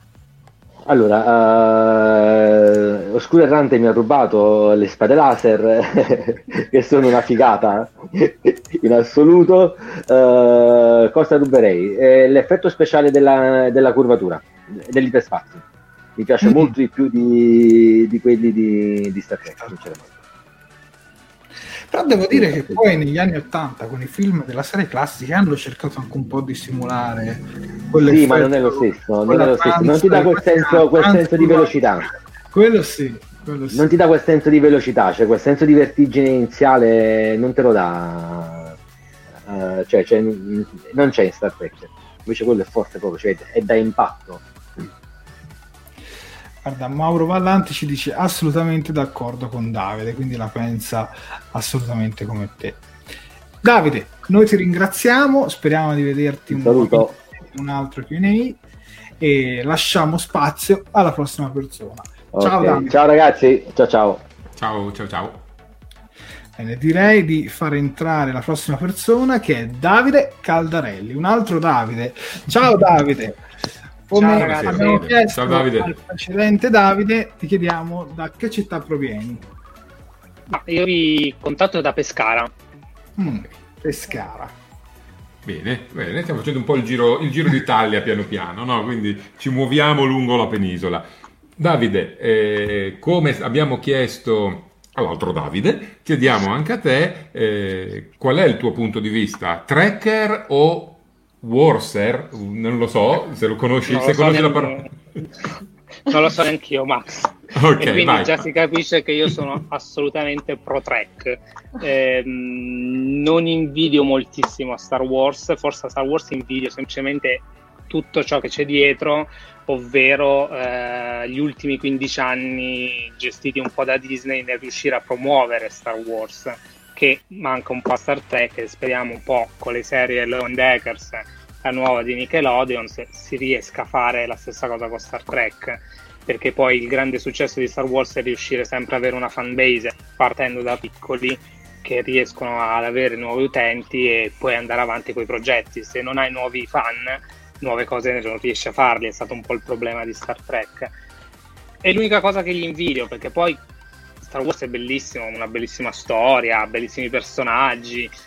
Allora, uh, Oscuro Errante mi ha rubato le spade laser, che sono una figata in assoluto. Uh, cosa ruberei? Eh, l'effetto speciale della, della curvatura, dell'iperspazio. Mi piace mm-hmm. molto di più di, di quelli di, di Star Trek, sinceramente. Però devo dire che poi negli anni ottanta con i film della serie classica hanno cercato anche un po' di simulare sì, ma non è lo stesso, non è lo stesso, non ti dà quel senso, quel senso di velocità. Quello sì, quello sì. Non ti dà quel senso di velocità, cioè quel senso di vertigine iniziale non te lo dà, uh, cioè, cioè non c'è in Star Trek, invece quello è forte proprio, cioè è da impatto. Guarda, Mauro Vallanti ci dice assolutamente d'accordo con Davide, quindi la pensa assolutamente come te. Davide, noi ti ringraziamo, speriamo di vederti un, saluto. un altro Q and A e lasciamo spazio alla prossima persona. Okay. Ciao Davide. Ciao ragazzi, ciao ciao. Ciao ciao ciao. Bene, direi di far entrare la prossima persona, che è Davide Caldarelli, un altro Davide. Ciao Davide. Come Ciao, ragazzi, abbiamo chiesto Ciao, Davide. al precedente Davide, ti chiediamo da che città provieni? Ah, io vi contatto da Pescara. Mm, Pescara. Bene, bene, stiamo facendo un po' il giro, il giro d'Italia piano piano, no? Quindi ci muoviamo lungo la penisola. Davide, eh, come abbiamo chiesto all'altro Davide, chiediamo anche a te eh, qual è il tuo punto di vista, Trekker o Warser? Non lo so se lo conosci, non se lo so conosci la neanche... parola. Non lo so neanch'io, Max. Ok, e quindi vai. già si capisce che io sono assolutamente pro Trek. Eh, non invidio moltissimo a Star Wars, forse a Star Wars invidio semplicemente tutto ciò che c'è dietro, ovvero eh, gli ultimi quindici anni gestiti un po' da Disney nel riuscire a promuovere Star Wars, che manca un po' a Star Trek, e speriamo un po' con le serie Lower Deckers, la nuova di Nickelodeon, se si riesca a fare la stessa cosa con Star Trek, perché poi il grande successo di Star Wars è riuscire sempre ad avere una fanbase partendo da piccoli che riescono ad avere nuovi utenti e poi andare avanti con i progetti. Se non hai nuovi fan, nuove cose non riesci a farli, è stato un po' il problema di Star Trek. È l'unica cosa che gli invidio, perché poi Star Wars è bellissimo, una bellissima storia, bellissimi personaggi,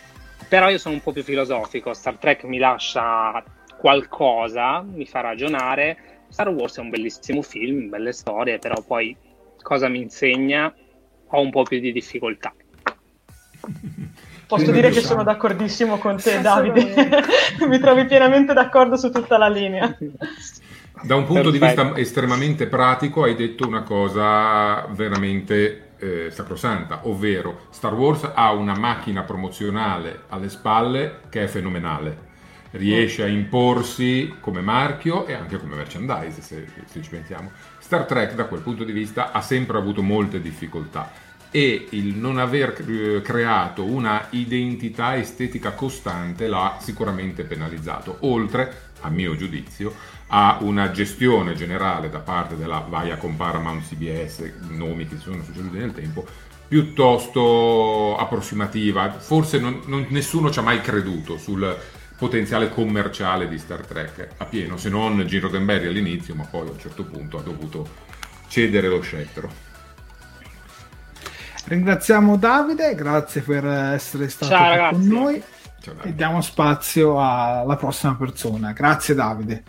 Però io sono un po' più filosofico, Star Trek mi lascia qualcosa, mi fa ragionare, Star Wars è un bellissimo film, belle storie, però poi cosa mi insegna ho un po' più di difficoltà. Posso dire che sono d'accordissimo con te, Davide. Mi trovi pienamente d'accordo su tutta la linea. Da un punto Perfetto. di vista estremamente pratico hai detto una cosa veramente eh, sacrosanta, ovvero Star Wars ha una macchina promozionale alle spalle che è fenomenale. Riesce a imporsi come marchio e anche come merchandise, se, se ci pensiamo. Star Trek da quel punto di vista ha sempre avuto molte difficoltà e il non aver creato una identità estetica costante l'ha sicuramente penalizzato, oltre, a mio giudizio, a una gestione generale da parte della Viacom, Paramount, C B S, nomi che si sono succeduti nel tempo, piuttosto approssimativa. Forse non, non, nessuno ci ha mai creduto sul potenziale commerciale di Star Trek a pieno, se non Gene Roddenberry all'inizio, ma poi a un certo punto ha dovuto cedere lo scettro. Ringraziamo Davide, grazie per essere stato Ciao, qui con noi. Ciao, e diamo spazio alla prossima persona. Grazie Davide.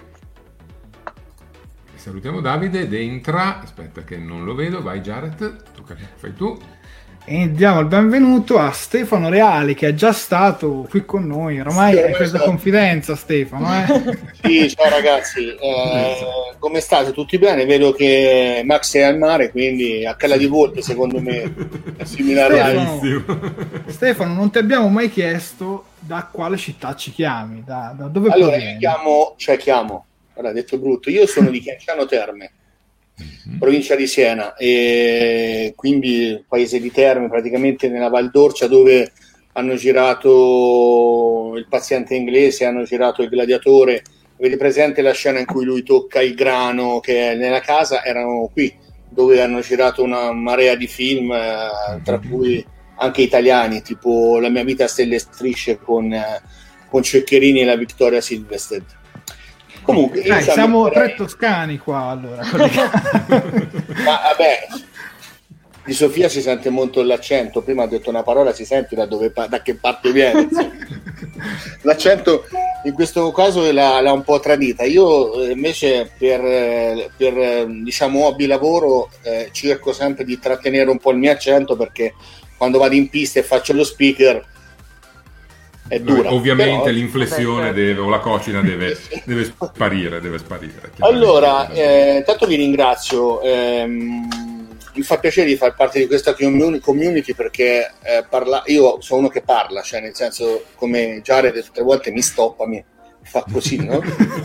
Salutiamo Davide ed entra, aspetta che non lo vedo, vai Jared, tocca, fai tu. E diamo il benvenuto a Stefano Reali, che è già stato qui con noi. Ormai Sì, hai preso esatto. confidenza, Stefano. Eh? Sì, ciao ragazzi, eh, come state? Tutti bene? Vedo che Max è al mare, quindi a Cala di Volpe secondo me è similare a... Stefano, Stefano, non ti abbiamo mai chiesto da quale città ci chiami, da, da dove Allora, provieni? io chiamo, cioè chiamo, guarda, detto brutto, io sono di Chianciano Terme, provincia di Siena, e quindi paese di Terme, praticamente nella Val d'Orcia, dove hanno girato Il paziente inglese, hanno girato Il gladiatore. Avete presente la scena in cui lui tocca il grano che è nella casa? Erano qui, dove hanno girato una marea di film, eh, tra cui anche italiani, tipo La mia vita a stelle e strisce con, eh, con Ceccherini e la Victoria Silvstedt. Comunque, Dai, io siamo metterei... tre toscani qua, allora. Ma vabbè, di Sofia si sente molto l'accento. Prima ha detto una parola, si sente da, dove, da che parte viene. L'accento in questo caso l'ha, l'ha un po' tradita. Io invece per, per diciamo hobby lavoro eh, cerco sempre di trattenere un po' il mio accento, perché quando vado in pista e faccio lo speaker è dura. Ovviamente però... l'inflessione deve, o la cocina deve, deve sparire, deve sparire. Allora, eh, tanto vi ringrazio. Ehm, mi fa piacere di far parte di questa community, perché eh, parla... io sono uno che parla, cioè nel senso, come Jared tutte le volte mi stoppa, mi fa così, no?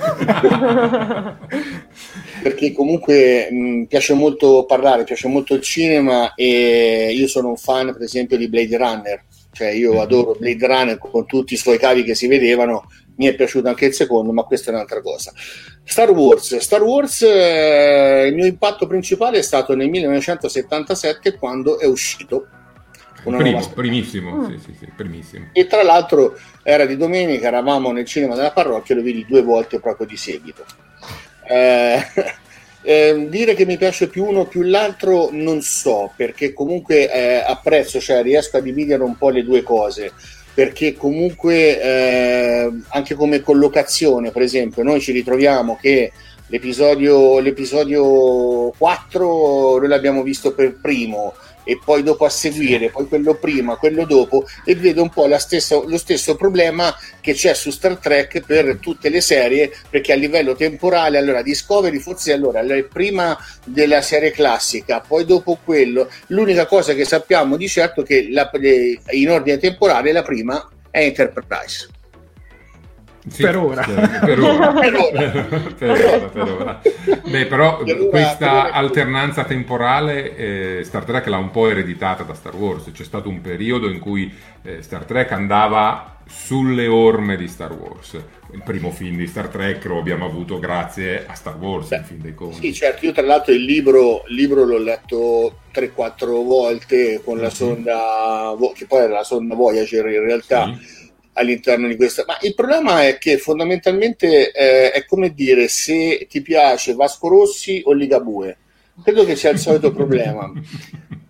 Perché comunque mi piace molto parlare, piace molto il cinema, e io sono un fan per esempio di Blade Runner, cioè io adoro Blade Runner con tutti i suoi cavi che si vedevano. Mi è piaciuto anche il secondo, ma questa è un'altra cosa. Star Wars, Star Wars eh, il mio impatto principale è stato nel millenovecentosettantasette, quando è uscito una Primo, nuova... primissimo, Mm. sì, sì, sì, primissimo. E tra l'altro era di domenica, eravamo nel cinema della parrocchia, lo vidi due volte proprio di seguito. Eh, eh, dire che mi piace più uno o più l'altro non so, perché comunque eh, apprezzo, cioè riesco a dividere un po' le due cose, perché comunque eh, anche come collocazione, per esempio, noi ci ritroviamo che l'episodio, l'episodio quattro noi l'abbiamo visto per primo, e poi dopo a seguire, poi quello prima, quello dopo, e vedo un po' la stessa, lo stesso problema che c'è su Star Trek per tutte le serie, perché a livello temporale, allora Discovery forse allora è prima della serie classica, poi dopo quello, l'unica cosa che sappiamo di certo è che la, in ordine temporale la prima è Enterprise. Sì, per ora. Per ora. per ora. per ora, per ora. Beh, però per ora, questa per ora. alternanza temporale eh, Star Trek l'ha un po' ereditata da Star Wars. C'è stato un periodo in cui eh, Star Trek andava sulle orme di Star Wars. Il primo film di Star Trek lo abbiamo avuto grazie a Star Wars. Beh, in fin dei conti. Sì, certo, io tra l'altro il libro, il libro l'ho letto tre quattro volte con la sonda, che poi era la sonda Voyager in realtà. Sì. All'interno di questa, ma il problema è che fondamentalmente eh, è come dire se ti piace Vasco Rossi o Ligabue. Credo che sia il solito problema.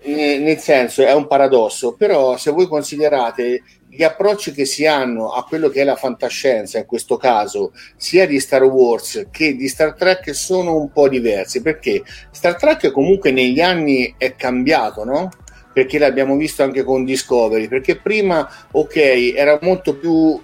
nel senso è un paradosso, però se voi considerate gli approcci che si hanno a quello che è la fantascienza, in questo caso sia di Star Wars che di Star Trek, sono un po' diversi, perché Star Trek comunque negli anni è cambiato, no? Perché l'abbiamo visto anche con Discovery, perché prima ok era molto più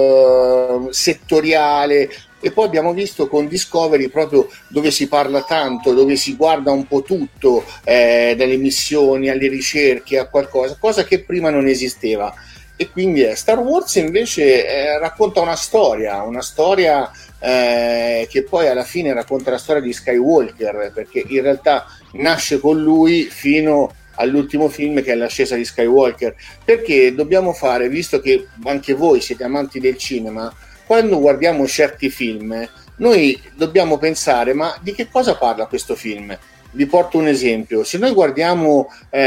eh, settoriale, e poi abbiamo visto con Discovery proprio dove si parla tanto, dove si guarda un po' tutto, eh, dalle missioni alle ricerche a qualcosa, cosa che prima non esisteva. E quindi eh, Star Wars invece eh, racconta una storia, una storia eh, che poi alla fine racconta la storia di Skywalker, perché in realtà nasce con lui fino all'ultimo film, che è l'ascesa di Skywalker. Perché dobbiamo fare, visto che anche voi siete amanti del cinema, quando guardiamo certi film noi dobbiamo pensare, ma di che cosa parla questo film? Vi porto un esempio: se noi guardiamo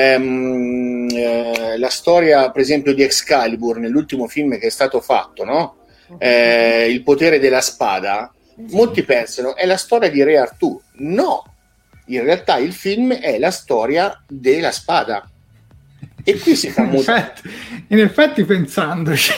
ehm, eh, la storia per esempio di Excalibur nell'ultimo film che è stato fatto, no? Eh, il potere della spada, molti pensano è la storia di Re Artù. No, in realtà il film è la storia della spada. E qui si fa in, molto... effetti, in effetti pensandoci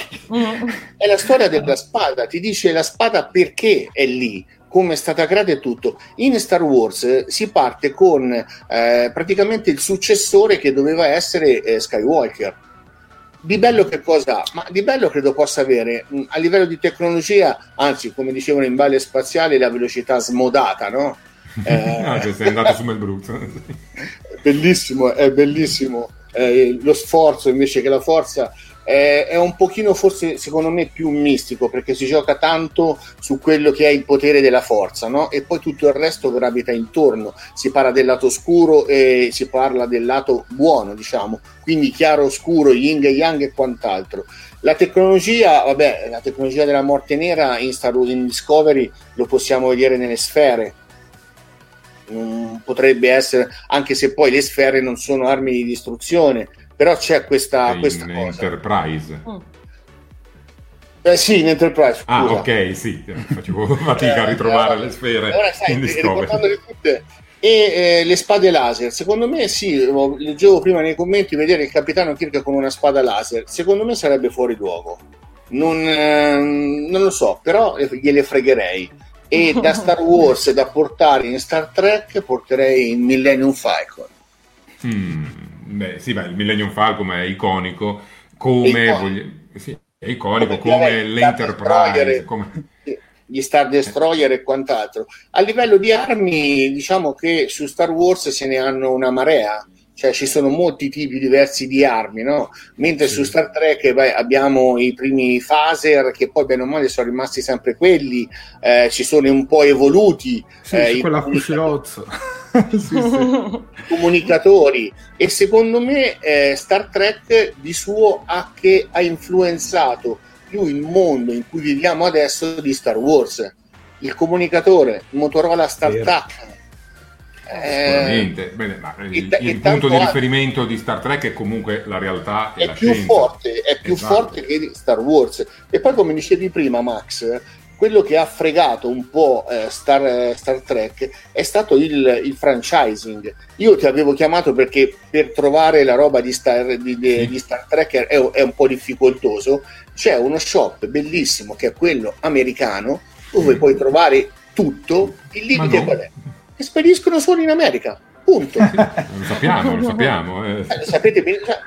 è la storia della spada, ti dice la spada perché è lì, come è stata creata e tutto. In Star Wars si parte con eh, praticamente il successore che doveva essere eh, Skywalker. Di bello che cosa ha? Ma di bello credo possa avere mh, a livello di tecnologia, anzi come dicevano in Balle Spaziali, la velocità smodata, no? Eh... no, cioè sei andato su Mel Brooks. Bellissimo, è bellissimo. Eh, lo sforzo invece che la forza eh, è un pochino forse secondo me più mistico, perché si gioca tanto su quello che è il potere della forza, no? E poi tutto il resto gravita intorno, si parla del lato oscuro e si parla del lato buono, diciamo, quindi chiaro oscuro, yin e yang e quant'altro. La tecnologia, vabbè, la tecnologia della morte nera in Star Wars, in Discovery, lo possiamo vedere nelle sfere. Non potrebbe essere, anche se poi le sfere non sono armi di distruzione, però c'è questa, in questa cosa. Enterprise. Mm. Eh sì, in Enterprise. Ah, scusa. ok, sì, facevo fatica a ritrovare eh, le sfere. Ora sai, in Discovery. ricordandole tutte. E eh, le spade laser, secondo me sì, leggevo prima nei commenti, vedere il capitano Kirk con una spada laser, secondo me sarebbe fuori luogo. Non, eh, non lo so, però gliele fregherei. E da Star Wars da portare in Star Trek porterei il Millennium Falcon. Mm, beh, sì, beh, il Millennium Falcon è iconico, come iconico, voglio... sì, è iconico come, come l'Enterprise, come... gli Star Destroyer e quant'altro. A livello di armi, diciamo che su Star Wars se ne hanno una marea. Cioè ci sono molti tipi diversi di armi, no? Mentre sì. Su Star Trek beh, abbiamo i primi phaser, che poi bene o male sono rimasti sempre quelli, eh, ci sono un po' evoluti, sì, eh, quella fucilozzo. sì, sì. comunicatori, e secondo me eh, Star Trek di suo ha che ha influenzato più il mondo in cui viviamo adesso di Star Wars. Il comunicatore, il Motorola StarTAC. Sicuramente. Bene, ma il, il punto di riferimento di Star Trek è comunque la realtà e è la più scienza. forte, è più esatto. forte che di Star Wars. E poi, come dicevi prima, Max, quello che ha fregato un po' eh, Star, eh, Star Trek è stato il, il franchising. Io ti avevo chiamato perché per trovare la roba di Star, di, di, sì. di Star Trek è, è un po' difficoltoso. C'è uno shop bellissimo che è quello americano, dove sì. puoi trovare tutto. Il limite no. qual è? Che spediscono solo in America, punto. Lo sappiamo, lo sappiamo. Eh. Eh, sapete bene, cioè,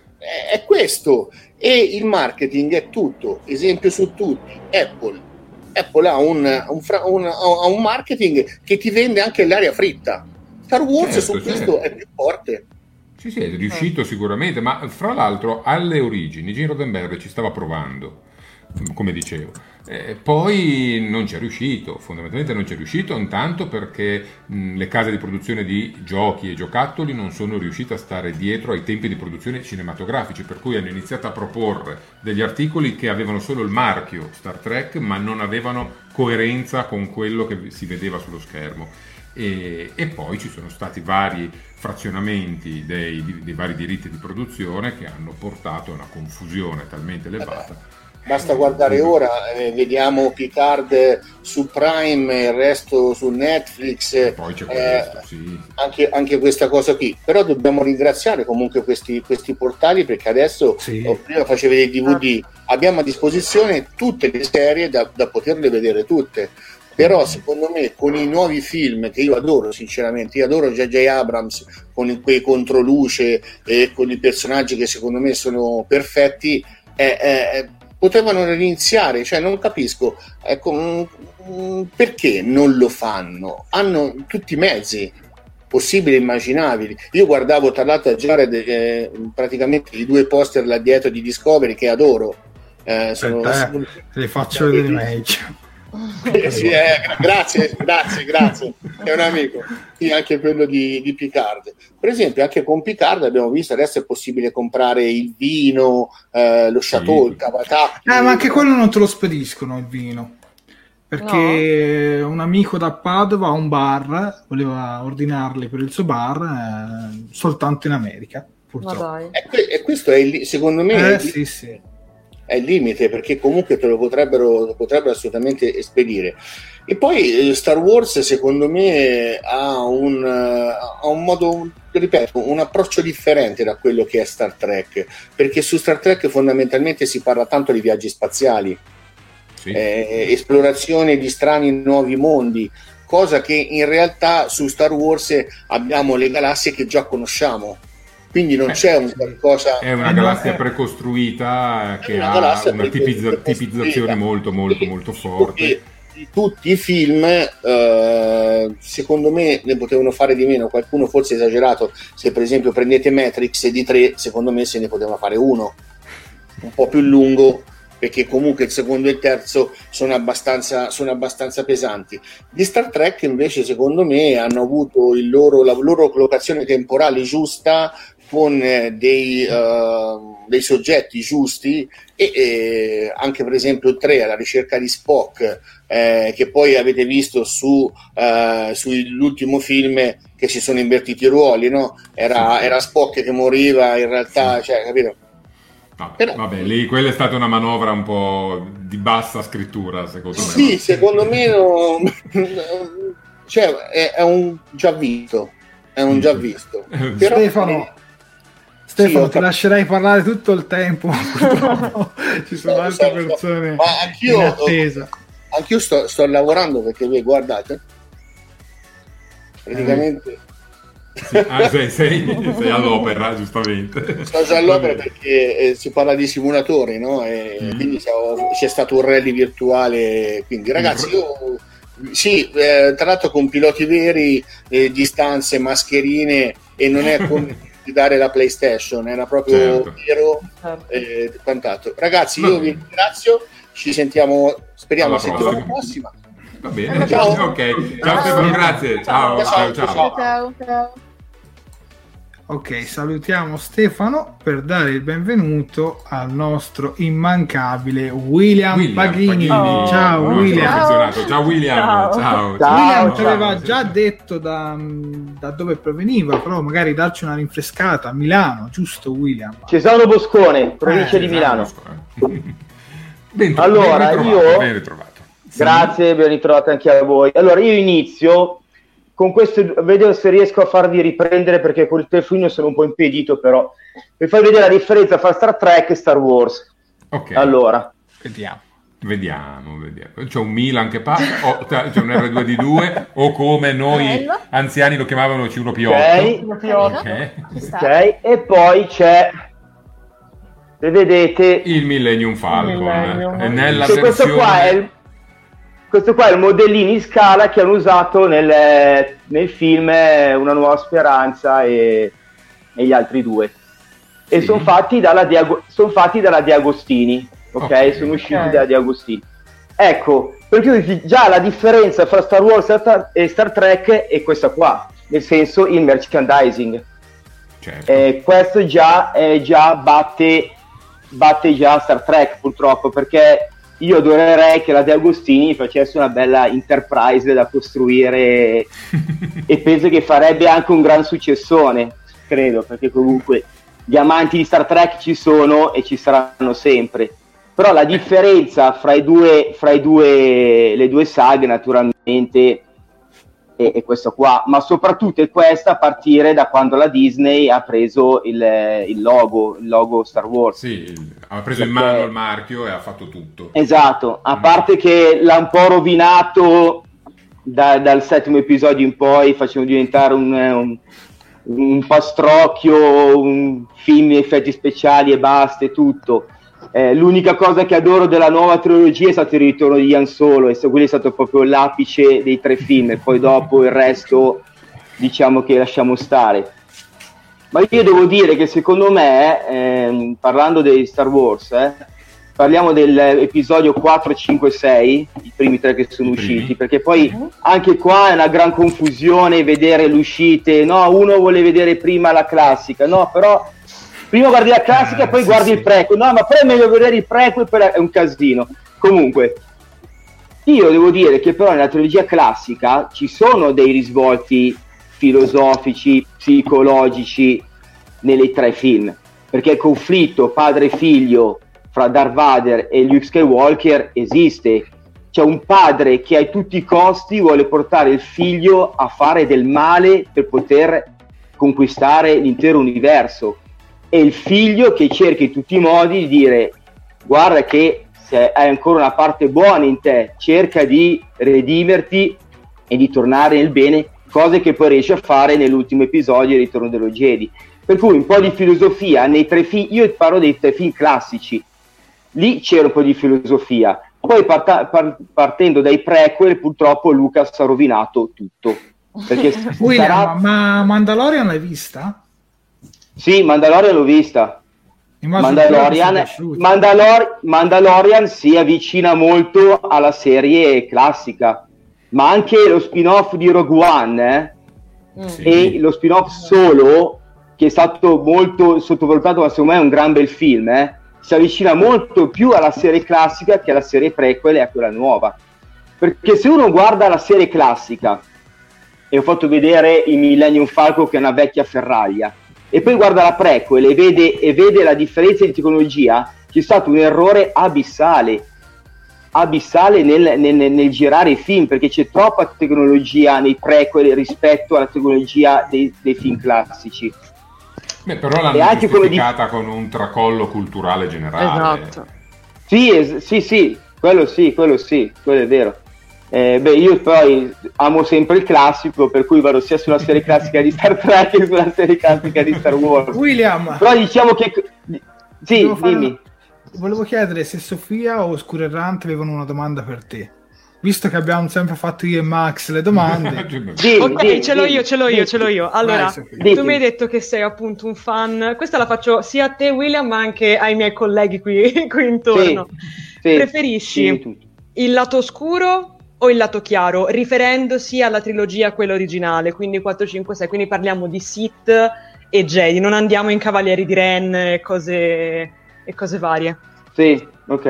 è questo. E il marketing è tutto, esempio su tutti. Apple, Apple ha un, un, un, ha un marketing che ti vende anche l'aria fritta. Star Wars certo, su certo. questo è più forte. Sì, sì, è riuscito eh. sicuramente, ma fra l'altro alle origini Gene Roddenberry ci stava provando, come dicevo. Eh, poi non ci è riuscito, fondamentalmente non ci è riuscito, intanto perché mh, le case di produzione di giochi e giocattoli non sono riuscite a stare dietro ai tempi di produzione cinematografici, per cui hanno iniziato a proporre degli articoli che avevano solo il marchio Star Trek ma non avevano coerenza con quello che si vedeva sullo schermo. E, e poi ci sono stati vari frazionamenti dei, dei vari diritti di produzione che hanno portato a una confusione talmente elevata basta guardare ora, eh, vediamo Picard su Prime, il resto su Netflix, Poi c'è eh, questo, sì. anche, anche questa cosa qui, però dobbiamo ringraziare comunque questi, questi portali, perché adesso, Sì. oh, prima facevi dei D V D, abbiamo a disposizione tutte le serie da, da poterle vedere tutte. Però secondo me con i nuovi film, che io adoro sinceramente, io adoro J J Abrams con quei controluce e con i personaggi che secondo me sono perfetti, eh, eh, potevano iniziare, cioè non capisco ecco, mh, perché non lo fanno. Hanno tutti i mezzi possibili e immaginabili. Io guardavo tra l'altro a Jared eh, praticamente i due poster là dietro di Discovery che adoro, eh, sono, Aspetta, sono... eh, te li faccio vedere meglio. Eh, sì, eh, grazie, grazie, grazie, è un amico. Sì, anche quello di, di Picard. Per esempio, anche con Picard abbiamo visto adesso è possibile comprare il vino, eh, lo chateau, Sì. il cavatappi. Eh, ma anche quello non te lo spediscono il vino. Perché un amico da Padova ha un bar, voleva ordinarli per il suo bar eh, soltanto in America, purtroppo. Ma dai. E, que- e questo è il, secondo me è Eh il, sì, sì. è il limite, perché comunque te lo potrebbero, lo potrebbero assolutamente spedire. E poi eh, Star Wars secondo me ha un, uh, ha un modo, ripeto, un approccio differente da quello che è Star Trek, perché su Star Trek fondamentalmente si parla tanto di viaggi spaziali, Sì. eh, esplorazione di strani nuovi mondi, cosa che in realtà su Star Wars abbiamo le galassie che già conosciamo. Quindi non Eh, c'è un qualcosa. È una Eh, galassia no, eh. precostruita che una ha galassia una precostruita. tipizza- tipizzazione molto molto molto forte. E di tutti i film, eh, secondo me ne potevano fare di meno. Qualcuno forse ha esagerato. Se per esempio prendete Matrix di tre, secondo me se ne poteva fare uno un po' più lungo, perché comunque il secondo e il terzo sono abbastanza, sono abbastanza pesanti. Di Star Trek invece secondo me hanno avuto il loro, la loro collocazione temporale giusta, con eh, dei, uh, dei soggetti giusti, e eh, anche per esempio il tre alla ricerca di Spock, eh, che poi avete visto su uh, sull'ultimo film che si sono invertiti i ruoli, no? Era, era Spock che moriva in realtà, cioè, capito? Vabbè, Però- vabbè, lì quella è stata una manovra un po' di bassa scrittura, secondo me. Sì, secondo me no, cioè, è, è un già visto, è un già visto. Però- Stefano, Stefano, Sì, ho ti cap- lascerai parlare tutto il tempo, purtroppo ci sono No, altre so, so. persone Ma anch'io- in attesa. Anch'io sto, sto lavorando, perché voi guardate, praticamente Sì, ah, sei, sei- sei all'opera, giustamente. sto già all'opera perché eh, si parla di simulatori, no? E quindi siamo- c'è stato un rally virtuale, quindi ragazzi io sì, eh, tra l'altro con piloti veri, eh, distanze, mascherine, e non è come di dare la PlayStation, era proprio Certo. vero Certo. e quant'altro. Ragazzi, Va io vi bene. ringrazio, ci sentiamo, speriamo la Alla settimana prossima. prossima. Va bene, Ciao. ok. Ciao Stefano, grazie. Ciao, ciao, ciao. Ciao. Ciao, ciao. Ok, salutiamo Stefano per dare il benvenuto al nostro immancabile William, William Paghini. Paghini, Ciao nostro William. affezionato. Ciao William, Ciao. ciao. Ciao. William ci ciao. aveva già detto da, da dove proveniva, però magari darci una rinfrescata. Milano, giusto William? Cesano Boscone, provincia Eh, di Milano. Ben, Allora, ben ritrovato, io- ben ritrovato. Sì. Grazie, ben ritrovato anche a voi. Allora, io inizio con questo, vedo se riesco a farvi riprendere, perché col telefonino sono un po' impedito, però per farvi vedere la differenza tra Star Trek e Star Wars. Ok, Allora, Vediamo. vediamo, vediamo. C'è un Milan che passa, o c'è un erre due di due, o come noi Bello. anziani lo chiamavano C uno P otto. ok, Ok. Ci sta. ok, e poi c'è, se vedete, Il Millennium Falcon. Millennium. eh, nella se questo versione... qua è il, questo qua è il modellino in scala che hanno usato nel, nel film eh, Una Nuova Speranza e, e gli altri due, e Sì. sono fatti dalla Diago- son fatti dalla Di Agostini, ok? Ok. Sono usciti Ok. dalla Di Agostini. Ecco, perché già la differenza fra Star Wars e Star- e Star Trek è questa qua, nel senso il merchandising. Certo. Eh, questo già, eh, già batte, batte già Star Trek, purtroppo, perché io adorerei che la De Agostini facesse una bella Enterprise da costruire e penso che farebbe anche un gran successone, credo, perché comunque gli amanti di Star Trek ci sono e ci saranno sempre. Però la differenza fra i due, fra i due, le due saghe naturalmente è, è questo qua, ma soprattutto è questa a partire da quando la Disney ha preso il, il logo, il logo Star Wars. Sì, ha preso Perché... in mano il marchio e ha fatto tutto. Esatto, a parte che l'ha un po' rovinato da, dal settimo episodio in poi, facendo diventare un, un, un pastrocchio, un film di effetti speciali e basta e tutto. Eh, l'unica cosa che adoro della nuova trilogia è stato il ritorno di Han Solo, e quello è stato proprio l'apice dei tre film, e poi dopo il resto diciamo che lasciamo stare. Ma io devo dire che secondo me, ehm, parlando dei Star Wars, eh, parliamo dell'episodio quattro, cinque, sei, i primi tre che sono usciti, perché poi anche qua è una gran confusione vedere le uscite, no, uno vuole vedere prima la classica, no, però prima guardi la classica e eh, poi sì, guardi sì. il prequel, no, ma poi è meglio vedere il prequel, è un casino. Comunque, io devo dire che però nella trilogia classica ci sono dei risvolti filosofici, psicologici nei tre film, perché il conflitto padre-figlio fra Darth Vader e Luke Skywalker esiste. C'è un padre che a tutti i costi vuole portare il figlio a fare del male per poter conquistare l'intero universo, e il figlio che cerca in tutti i modi di dire: guarda che se hai ancora una parte buona in te, cerca di redimerti e di tornare nel bene, cose che poi riesce a fare nell'ultimo episodio Il Ritorno dello Jedi. Per cui un po' di filosofia nei tre film, io parlo dei tre film classici, lì c'era un po' di filosofia, poi parta- par- partendo dai prequel purtroppo Lucas ha rovinato tutto, perché William, sarà... ma Mandalorian l'hai vista? Sì, Mandalorian l'ho vista. Mandalorian, Mandalor- Mandalorian si avvicina molto alla serie classica, ma anche lo spin-off di Rogue One eh? sì. e lo spin-off Solo, che è stato molto sottovalutato, ma secondo me è un gran bel film, eh? si avvicina molto più alla serie classica che alla serie prequel e a quella nuova. Perché se uno guarda la serie classica, e ho fatto vedere il Millennium Falcon che è una vecchia ferraglia, e poi guarda la prequel e vede, e vede la differenza di tecnologia, c'è stato un errore abissale abissale nel, nel, nel girare i film, perché c'è troppa tecnologia nei prequel rispetto alla tecnologia dei, dei film classici. Beh, però l'hanno anche giustificata di... con un tracollo culturale generale. Esatto. Sì, es- sì, sì, quello sì, quello sì, quello è vero. Eh, beh, io poi amo sempre il classico, per cui vado sia sulla serie classica di Star Trek che sulla serie classica di Star Wars. William, però diciamo che sì, dimmi. Una... volevo chiedere se Sofia o Oscuro Errante avevano una domanda per te, visto che abbiamo sempre fatto io e Max le domande. Sì, ok, sì, ce l'ho io, ce l'ho io, ce l'ho io. Allora, Vai, tu mi hai detto che sei appunto un fan, questa la faccio sia a te William ma anche ai miei colleghi qui, qui intorno. Sì, preferisci sì, il lato oscuro o il lato chiaro, riferendosi alla trilogia quella originale, quindi quattro, cinque, sei, quindi parliamo di Sith e Jedi, non andiamo in Cavalieri di Ren e cose, e cose varie. Sì, ok.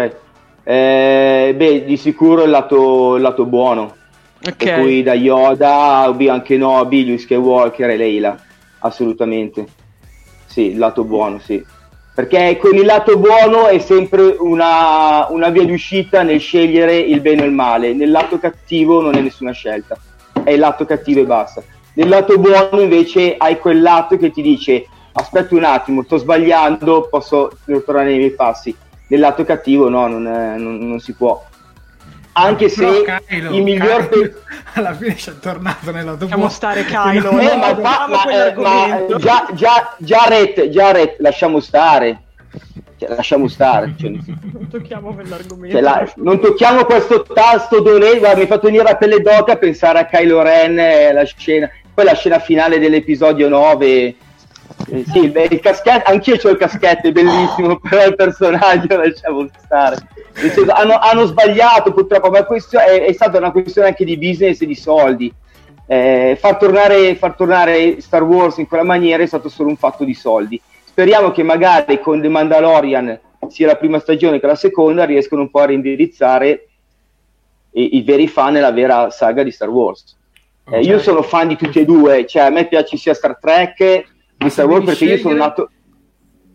Eh, beh, di sicuro il lato, il lato buono. Okay. Per cui da Yoda, Obi-Wan Kenobi, Luke Skywalker e Leila, assolutamente. Sì, il lato buono, sì. Perché con il lato buono è sempre una, una via di uscita nel scegliere il bene o il male. Nel lato cattivo non è nessuna scelta, è il lato cattivo e basta. Nel lato buono invece hai quel lato che ti dice: aspetta un attimo, sto sbagliando, posso tornare nei miei passi. Nel lato cattivo no, non, è, non, non si può. Anche se no, Kylo, il miglior Kylo, pe- alla fine ci è tornato nella tua lasciamo stare Kylo eh, ma, ma, ma, eh, ma già, già, Jared, Jared lasciamo stare cioè, lasciamo stare cioè, non tocchiamo quell'argomento cioè, la, non tocchiamo questo tasto dove mi ha fatto venire la pelle d'oca a pensare a Kylo Ren e la scena, poi la scena finale dell'episodio nove. Eh, sì, beh, il caschetto, anch'io c'ho il caschetto, è bellissimo, però il personaggio lasciamo stare. Senso, hanno, hanno sbagliato purtroppo, ma questo è, è stata una questione anche di business e di soldi. Eh, far tornare, far tornare Star Wars in quella maniera è stato solo un fatto di soldi. Speriamo che magari con The Mandalorian, sia la prima stagione che la seconda, riescono un po' a reindirizzare i, i veri fan nella vera saga di Star Wars. Eh, okay. Io sono fan di tutti e due, cioè a me piace sia Star Trek di Star Wars, perché io sono nato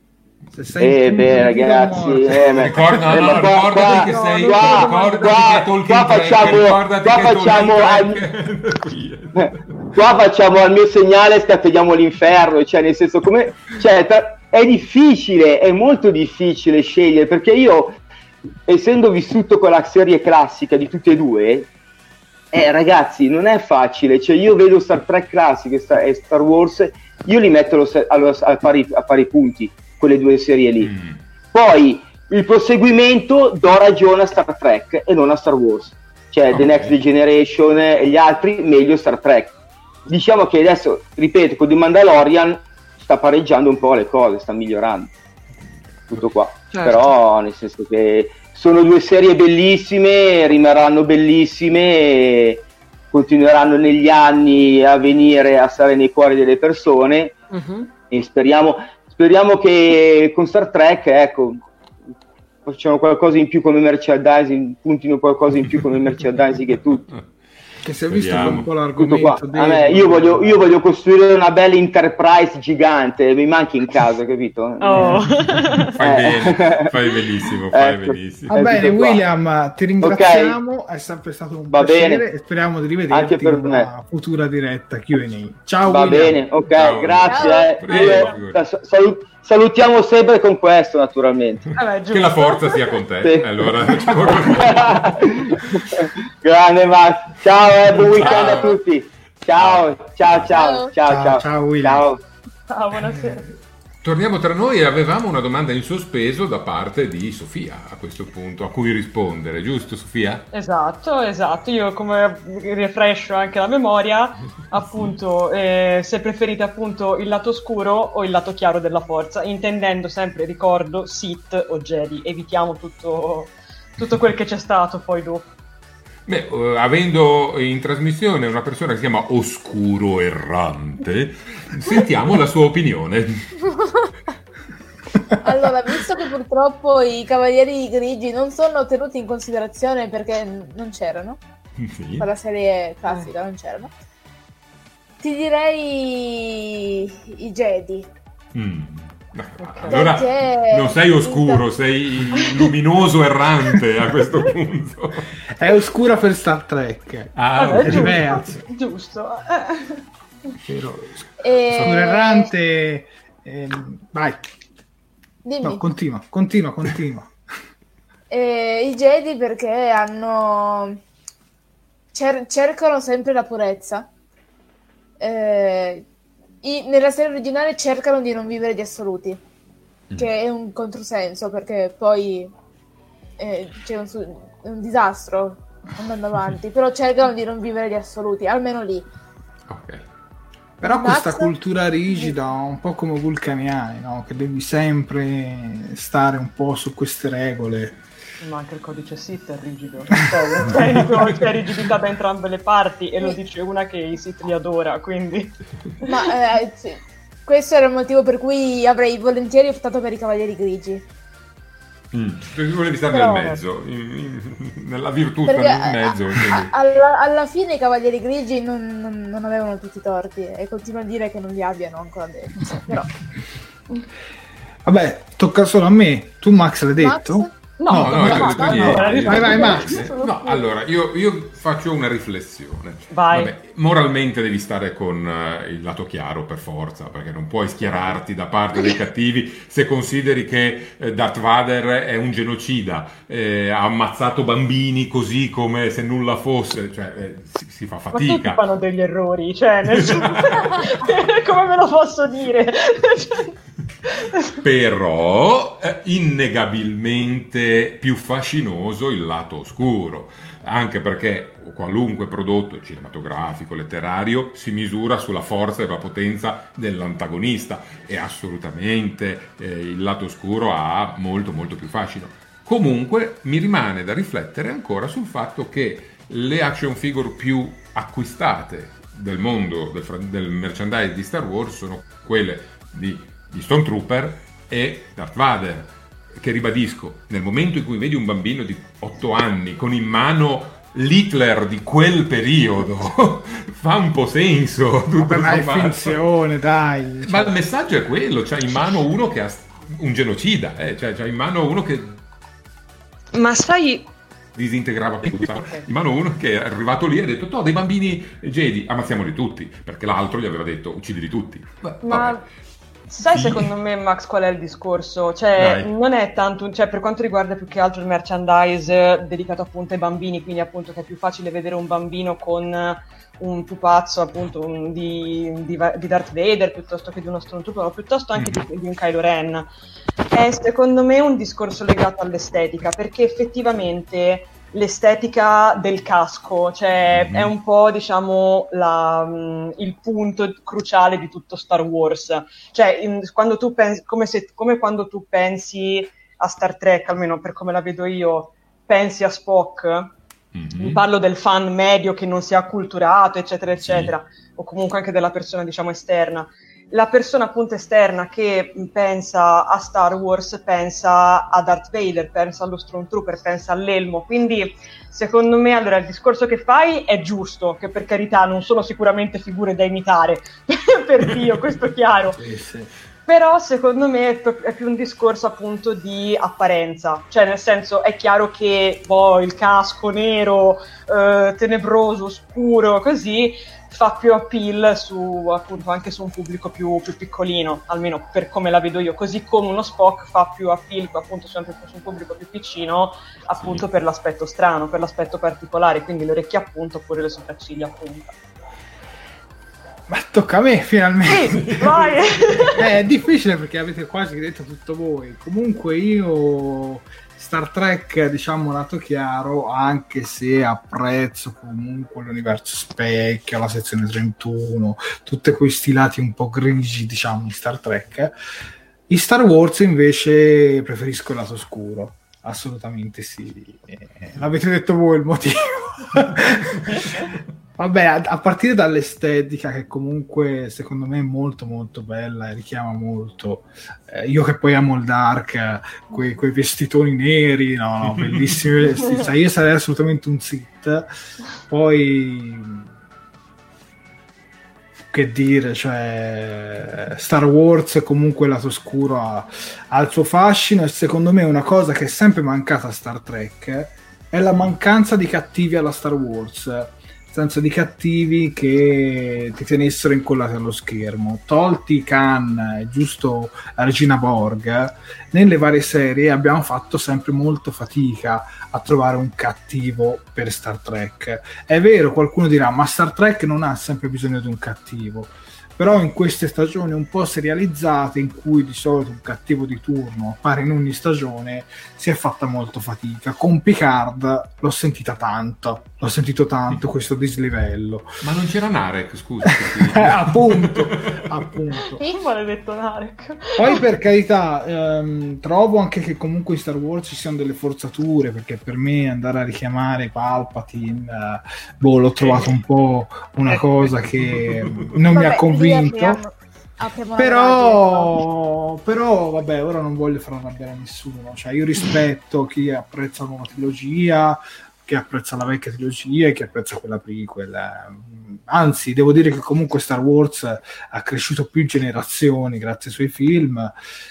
Se sei eh beh ragazzi, eh, ma, Ricorda, eh, no, ma qua, ricordati qua, che sei, qua, ricordati qua, che è Tolkien qua Trek, facciamo, ricordati qua che è facciamo Tolkien al, qua facciamo al mio segnale scateniamo l'inferno, cioè nel senso come, cioè tra, è difficile, è molto difficile scegliere, perché io, essendo vissuto con la serie classica di tutte e due, eh ragazzi, non è facile, cioè io vedo Star Trek classico e Star, e Star Wars, io li metto lo, allo, a, pari, a pari punti, quelle due serie lì. Mm. Poi il proseguimento do ragione a Star Trek e non a Star Wars, cioè okay. The Next Generation e gli altri, meglio Star Trek. Diciamo che adesso, ripeto, con The Mandalorian sta pareggiando un po' le cose, sta migliorando, tutto qua. Certo. Però nel senso che sono due serie bellissime, rimarranno bellissime e continueranno negli anni a venire a stare nei cuori delle persone. Uh-huh. E speriamo, speriamo che con Star Trek, ecco, facciano qualcosa in più come merchandising, puntino qualcosa in più come merchandising e tutto. Che si è visto un po' l'argomento a me, io, voglio, io voglio costruire una bella Enterprise gigante, mi manchi in casa, capito? Oh. Eh. Fai bene, fai benissimo, fai ecco. benissimo. Va bene William, ti ringraziamo, okay. È sempre stato un Va piacere bene. E speriamo di rivederti in una futura diretta Q and A. Ciao Va William. bene, ok, Ciao. grazie. Prego, eh. Salut- salutiamo sempre con questo, naturalmente. Vabbè, che la forza sia con te. Sì. Allora, grande Max, ciao, eh, buon weekend a tutti. Ciao, ciao, ciao, ciao, ciao, ciao, ciao, William. ciao. Ciao, buonasera. Torniamo tra noi e avevamo una domanda in sospeso da parte di Sofia a questo punto, a cui rispondere, giusto Sofia? Esatto, esatto. Io come refrescio anche la memoria, appunto, eh, se preferite appunto il lato scuro o il lato chiaro della forza, intendendo sempre, ricordo, Sith o Jedi, evitiamo tutto, tutto quel che c'è stato poi dopo. Beh, uh, avendo in trasmissione una persona che si chiama Oscuro Errante, sentiamo la sua opinione. Allora, visto che purtroppo i Cavalieri Grigi non sono tenuti in considerazione perché non c'erano, sì. Per la serie classica eh. non c'erano, ti direi i Jedi. Mm. Okay. Allora perché non sei oscuro, sei luminoso errante a questo punto. È oscura per Star Trek. Ah, Vabbè, è diverso. Giusto. Però, e... oscuro errante. Ehm, vai. Dimmi. No, continua, continua, continua. E i Jedi perché hanno Cer- cercano sempre la purezza. Eh, i- nella serie originale cercano di non vivere di assoluti, mm. che è un controsenso perché poi eh, c'è un, su- un disastro andando avanti, però cercano di non vivere di assoluti, almeno lì. Ok. Però Max? questa cultura rigida, un po' come vulcaniani, no? Che devi sempre stare un po' su queste regole. Ma anche il codice Sith è rigido, cioè, c'è rigidità da entrambe le parti e lo dice una che i Sith li adora, quindi... Ma eh, sì. Questo era il motivo per cui avrei volentieri optato per i Cavalieri Grigi. Mm. Volevi stare Però... nel mezzo, in, in, nella virtù perché nel mezzo. A, a, alla, alla fine i Cavalieri Grigi non, non, non avevano tutti i torti e continuo a dire che non li abbiano ancora detto. Però... Vabbè, tocca solo a me. Tu Max l'hai detto? Max? No, no, no, no, no, no, niente. no, vai, vai, Max. No, allora, io, io faccio una riflessione. Vai. Vabbè, moralmente devi stare con uh, il lato chiaro per forza, perché non puoi schierarti da parte dei cattivi se consideri che eh, Darth Vader è un genocida, eh, ha ammazzato bambini così come se nulla fosse, cioè eh, si, si fa fatica. Ma tutti fanno degli errori, cioè, nel... come me lo posso dire? Però eh, innegabilmente più fascinoso il lato oscuro, anche perché qualunque prodotto cinematografico, letterario si misura sulla forza e la potenza dell'antagonista e assolutamente eh, il lato oscuro ha molto molto più fascino. Comunque mi rimane da riflettere ancora sul fatto che le action figure più acquistate del mondo del, del merchandise di Star Wars sono quelle di di Stormtrooper e Darth Vader, che ribadisco, nel momento in cui vedi un bambino di otto anni con in mano l'Hitler di quel periodo fa un po' senso tutto ma è finzione, dai, ma il messaggio è quello, c'ha in mano uno che ha un genocida, eh? cioè, cioè in mano uno che Ma sai... disintegrava tutti, in mano uno che è arrivato lì e ha detto tu dei bambini Jedi, ammazziamoli tutti, perché l'altro gli aveva detto uccidili tutti. Beh, Ma vabbè. sai Sì. secondo me, Max, qual è il discorso? Cioè, Dai. non è tanto, cioè per quanto riguarda più che altro il merchandise dedicato appunto ai bambini, quindi appunto che è più facile vedere un bambino con un pupazzo appunto un- di, di, di Darth Vader piuttosto che di uno Stormtrooper, o piuttosto anche di, di un Kylo Ren. È secondo me un discorso legato all'estetica, perché effettivamente l'estetica del casco, cioè Mhm. è un po' diciamo la, mh, il punto cruciale di tutto Star Wars. Cioè in- quando tu pensi, come, se, come quando tu pensi a Star Trek, almeno per come la vedo io, pensi a Spock. Mhm. Parlo del fan medio che non sia acculturato, eccetera, eccetera, o comunque anche della persona, diciamo, esterna. La persona appunto esterna che pensa a Star Wars pensa a Darth Vader, pensa allo Stormtrooper, pensa all'elmo. Quindi, secondo me, allora il discorso che fai è giusto, che per carità non sono sicuramente figure da imitare, per Dio, questo è chiaro. Sì, sì. Però secondo me è p- è più un discorso appunto di apparenza, cioè nel senso è chiaro che boh, il casco nero, eh, tenebroso, scuro, così fa più appeal su appunto anche su un pubblico più, più piccolino, almeno per come la vedo io, così come uno Spock fa più appeal appunto su, su un pubblico più piccino, appunto Sì. per l'aspetto strano, per l'aspetto particolare, quindi le orecchie a punta oppure le sopracciglia a punta. Ma tocca a me finalmente. Sì, vai! Eh, è difficile perché avete quasi detto tutto voi. Comunque io Star Trek, diciamo, lato chiaro, anche se apprezzo comunque l'universo specchio, la sezione trentuno, tutti questi lati un po' grigi, diciamo, di Star Trek. In Star Wars invece preferisco il lato scuro. Assolutamente sì. Eh, l'avete detto voi il motivo. Vabbè, a, a partire dall'estetica che comunque secondo me è molto molto bella e richiama molto. Eh, io che poi amo il dark, eh, quei, quei vestitoni neri, no, no, bellissimi vestiti. Cioè, io sarei assolutamente un Sith. Poi che dire, cioè Star Wars comunque lato oscuro ha, ha il suo fascino, e secondo me una cosa che è sempre mancata a Star Trek è la mancanza di cattivi alla Star Wars, nel senso di cattivi che ti tenessero incollati allo schermo. Tolti Khan e giusto la Regina Borg, nelle varie serie abbiamo fatto sempre molto fatica a trovare un cattivo per Star Trek. È vero, qualcuno dirà, ma Star Trek non ha sempre bisogno di un cattivo. Però in queste stagioni un po' serializzate, in cui di solito un cattivo di turno appare in ogni stagione, si è fatta molto fatica. Con Picard l'ho sentita tanto, l'ho sentito tanto questo dislivello. Ma non c'era Narek, scusa. appunto, appunto. Che maledetto Narek. Poi per carità, ehm, trovo anche che comunque in Star Wars ci siano delle forzature, perché per me andare a richiamare Palpatine, eh, boh, l'ho trovato un po' una cosa che non mi ha Vabbè, convinto. lì apriamo- apriamo una Però, però vabbè, ora non voglio far arrabbiare nessuno, cioè io rispetto chi apprezza la nuova trilogia, chi apprezza la vecchia trilogia e chi apprezza quella prequel. Anzi, devo dire che comunque Star Wars ha cresciuto più generazioni grazie ai suoi film.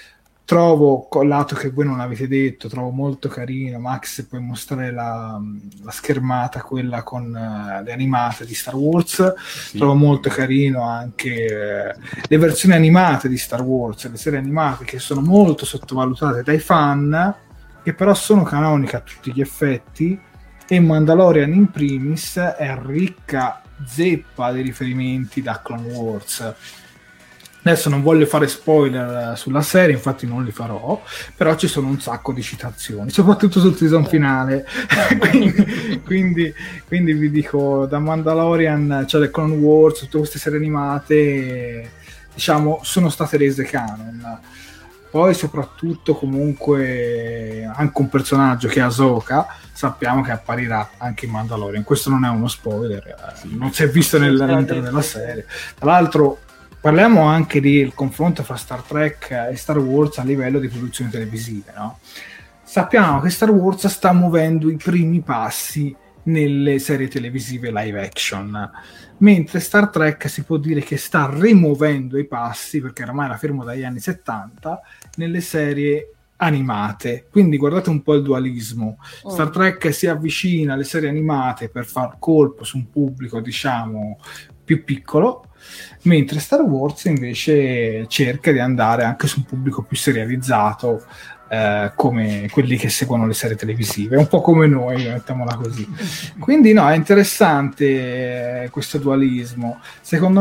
Trovo, col lato che voi non avete detto, trovo molto carino, Max, se puoi mostrare la, la schermata, quella con uh, le animate di Star Wars. Sì. Trovo molto carino anche eh, le versioni animate di Star Wars, le serie animate che sono molto sottovalutate dai fan, che però sono canoniche a tutti gli effetti, e Mandalorian in primis è ricca zeppa di riferimenti da Clone Wars. Adesso non voglio fare spoiler sulla serie, infatti non li farò, però ci sono un sacco di citazioni, soprattutto sul season finale. quindi, quindi, quindi vi dico, da Mandalorian, cioè le Clone Wars, tutte queste serie animate, diciamo, sono state rese canon. Poi soprattutto comunque anche un personaggio che è Ahsoka, sappiamo che apparirà anche in Mandalorian. Questo non è uno spoiler, sì, non si è visto nel, all'interno della serie. Tra l'altro parliamo anche del confronto fra Star Trek e Star Wars a livello di produzioni televisive, no? Sappiamo che Star Wars sta muovendo i primi passi nelle serie televisive live action, mentre Star Trek si può dire che sta rimuovendo i passi, perché ormai era fermo dagli anni settanta, nelle serie animate. Quindi guardate un po' il dualismo. Oh. Star Trek si avvicina alle serie animate per far colpo su un pubblico, diciamo, più piccolo, mentre Star Wars invece cerca di andare anche su un pubblico più serializzato, eh, come quelli che seguono le serie televisive, un po' come noi, mettiamola così. Quindi no, è interessante eh, questo dualismo. Secondo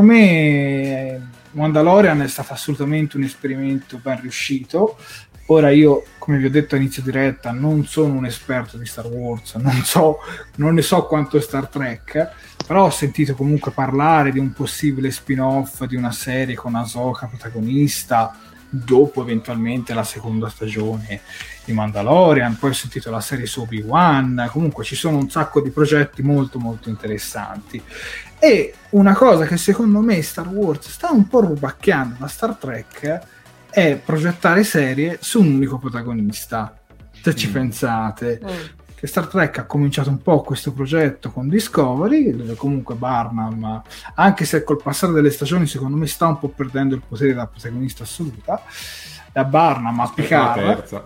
me Mandalorian è stato assolutamente un esperimento ben riuscito. Ora io, come vi ho detto a inizio diretta, non sono un esperto di Star Wars, non so, non ne so quanto Star Trek, però ho sentito comunque parlare di un possibile spin-off di una serie con Ahsoka protagonista, dopo eventualmente la seconda stagione di Mandalorian. Poi ho sentito la serie su Obi-Wan. Comunque ci sono un sacco di progetti molto molto interessanti, e una cosa che secondo me Star Wars sta un po' rubacchiando da Star Trek è progettare serie su un unico protagonista. Se ci mm. pensate, mm. che Star Trek ha cominciato un po' questo progetto con Discovery, dove comunque Burnham, anche se col passare delle stagioni secondo me sta un po' perdendo il potere da protagonista assoluta, da Burnham a Picard,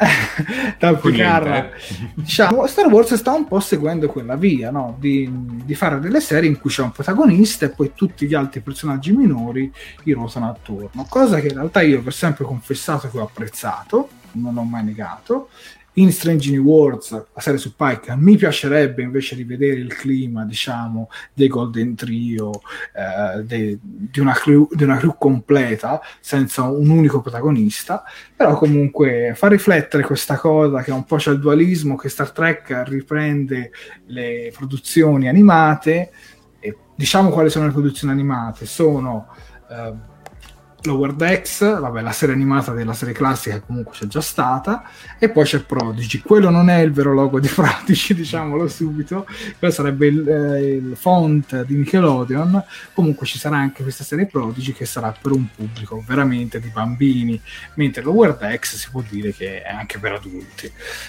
da Picard, diciamo, Star Wars sta un po' seguendo quella via, no? di, di fare delle serie in cui c'è un protagonista e poi tutti gli altri personaggi minori gli ruotano attorno, cosa che in realtà io ho sempre confessato che ho apprezzato, non l'ho mai negato. In Strange New Worlds, la serie su Pike, mi piacerebbe invece rivedere il clima, diciamo, dei Golden Trio, eh, de, di, una crew, di una crew completa, senza un unico protagonista, però comunque fa riflettere questa cosa che un po' c'è il dualismo, che Star Trek riprende le produzioni animate, e diciamo quali sono le produzioni animate, sono... Eh, Lower Decks, vabbè, la serie animata della serie classica comunque c'è già stata, e poi c'è Prodigy. Quello non è il vero logo di Prodigy, diciamolo subito, quello sarebbe il, eh, il font di Nickelodeon. Comunque ci sarà anche questa serie Prodigy, che sarà per un pubblico veramente di bambini, mentre Lower Decks si può dire che è anche per adulti.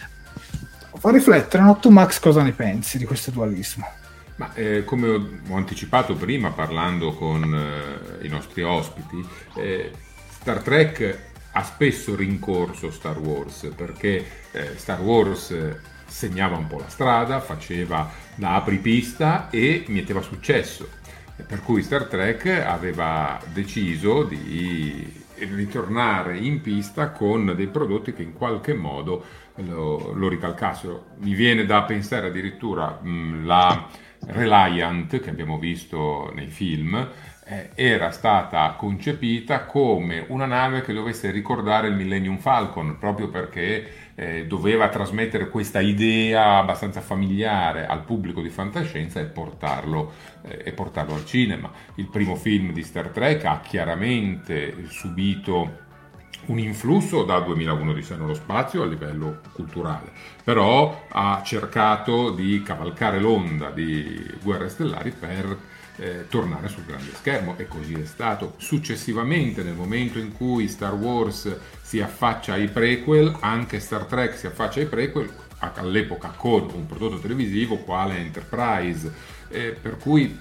Fa riflettere, no? Tu Max, cosa ne pensi di questo dualismo? Ma eh, come ho anticipato prima parlando con eh, i nostri ospiti, eh, Star Trek ha spesso rincorso Star Wars, perché eh, Star Wars segnava un po' la strada, faceva da apripista e metteva successo, per cui Star Trek aveva deciso di ritornare in pista con dei prodotti che in qualche modo lo, lo ricalcassero. Mi viene da pensare addirittura mh, la Reliant, che abbiamo visto nei film, eh, era stata concepita come una nave che dovesse ricordare il Millennium Falcon, proprio perché eh, doveva trasmettere questa idea abbastanza familiare al pubblico di fantascienza e portarlo, eh, e portarlo al cinema. Il primo film di Star Trek ha chiaramente subito un influsso da duemilauno Odissea nello spazio a livello culturale, però ha cercato di cavalcare l'onda di Guerre Stellari per eh, tornare sul grande schermo, e così è stato. Successivamente, nel momento in cui Star Wars si affaccia ai prequel, anche Star Trek si affaccia ai prequel, all'epoca con un prodotto televisivo quale Enterprise, eh, per cui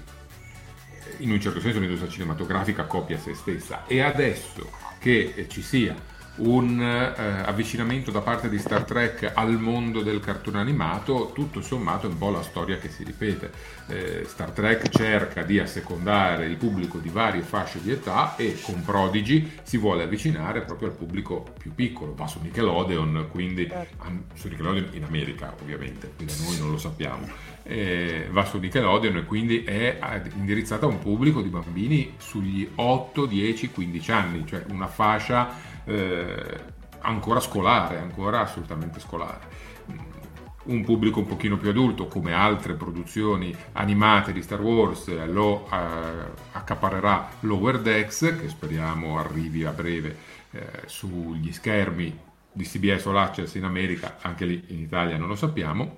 in un certo senso l'industria cinematografica copia se stessa. E adesso che ci sia un eh, avvicinamento da parte di Star Trek al mondo del cartone animato, tutto sommato è un po' la storia che si ripete. Eh, Star Trek cerca di assecondare il pubblico di varie fasce di età, e con Prodigy si vuole avvicinare proprio al pubblico più piccolo. Va su Nickelodeon, quindi su Nickelodeon in America ovviamente, qui da noi non lo sappiamo. Eh, va su Nickelodeon, e quindi è indirizzata a un pubblico di bambini sugli otto, dieci, quindici anni, cioè una fascia eh, ancora scolare, ancora assolutamente scolare. Un pubblico un pochino più adulto, come altre produzioni animate di Star Wars, lo eh, accaparrerà Lower Decks, che speriamo arrivi a breve eh, sugli schermi di C B S o l'Access in America, anche lì in Italia non lo sappiamo.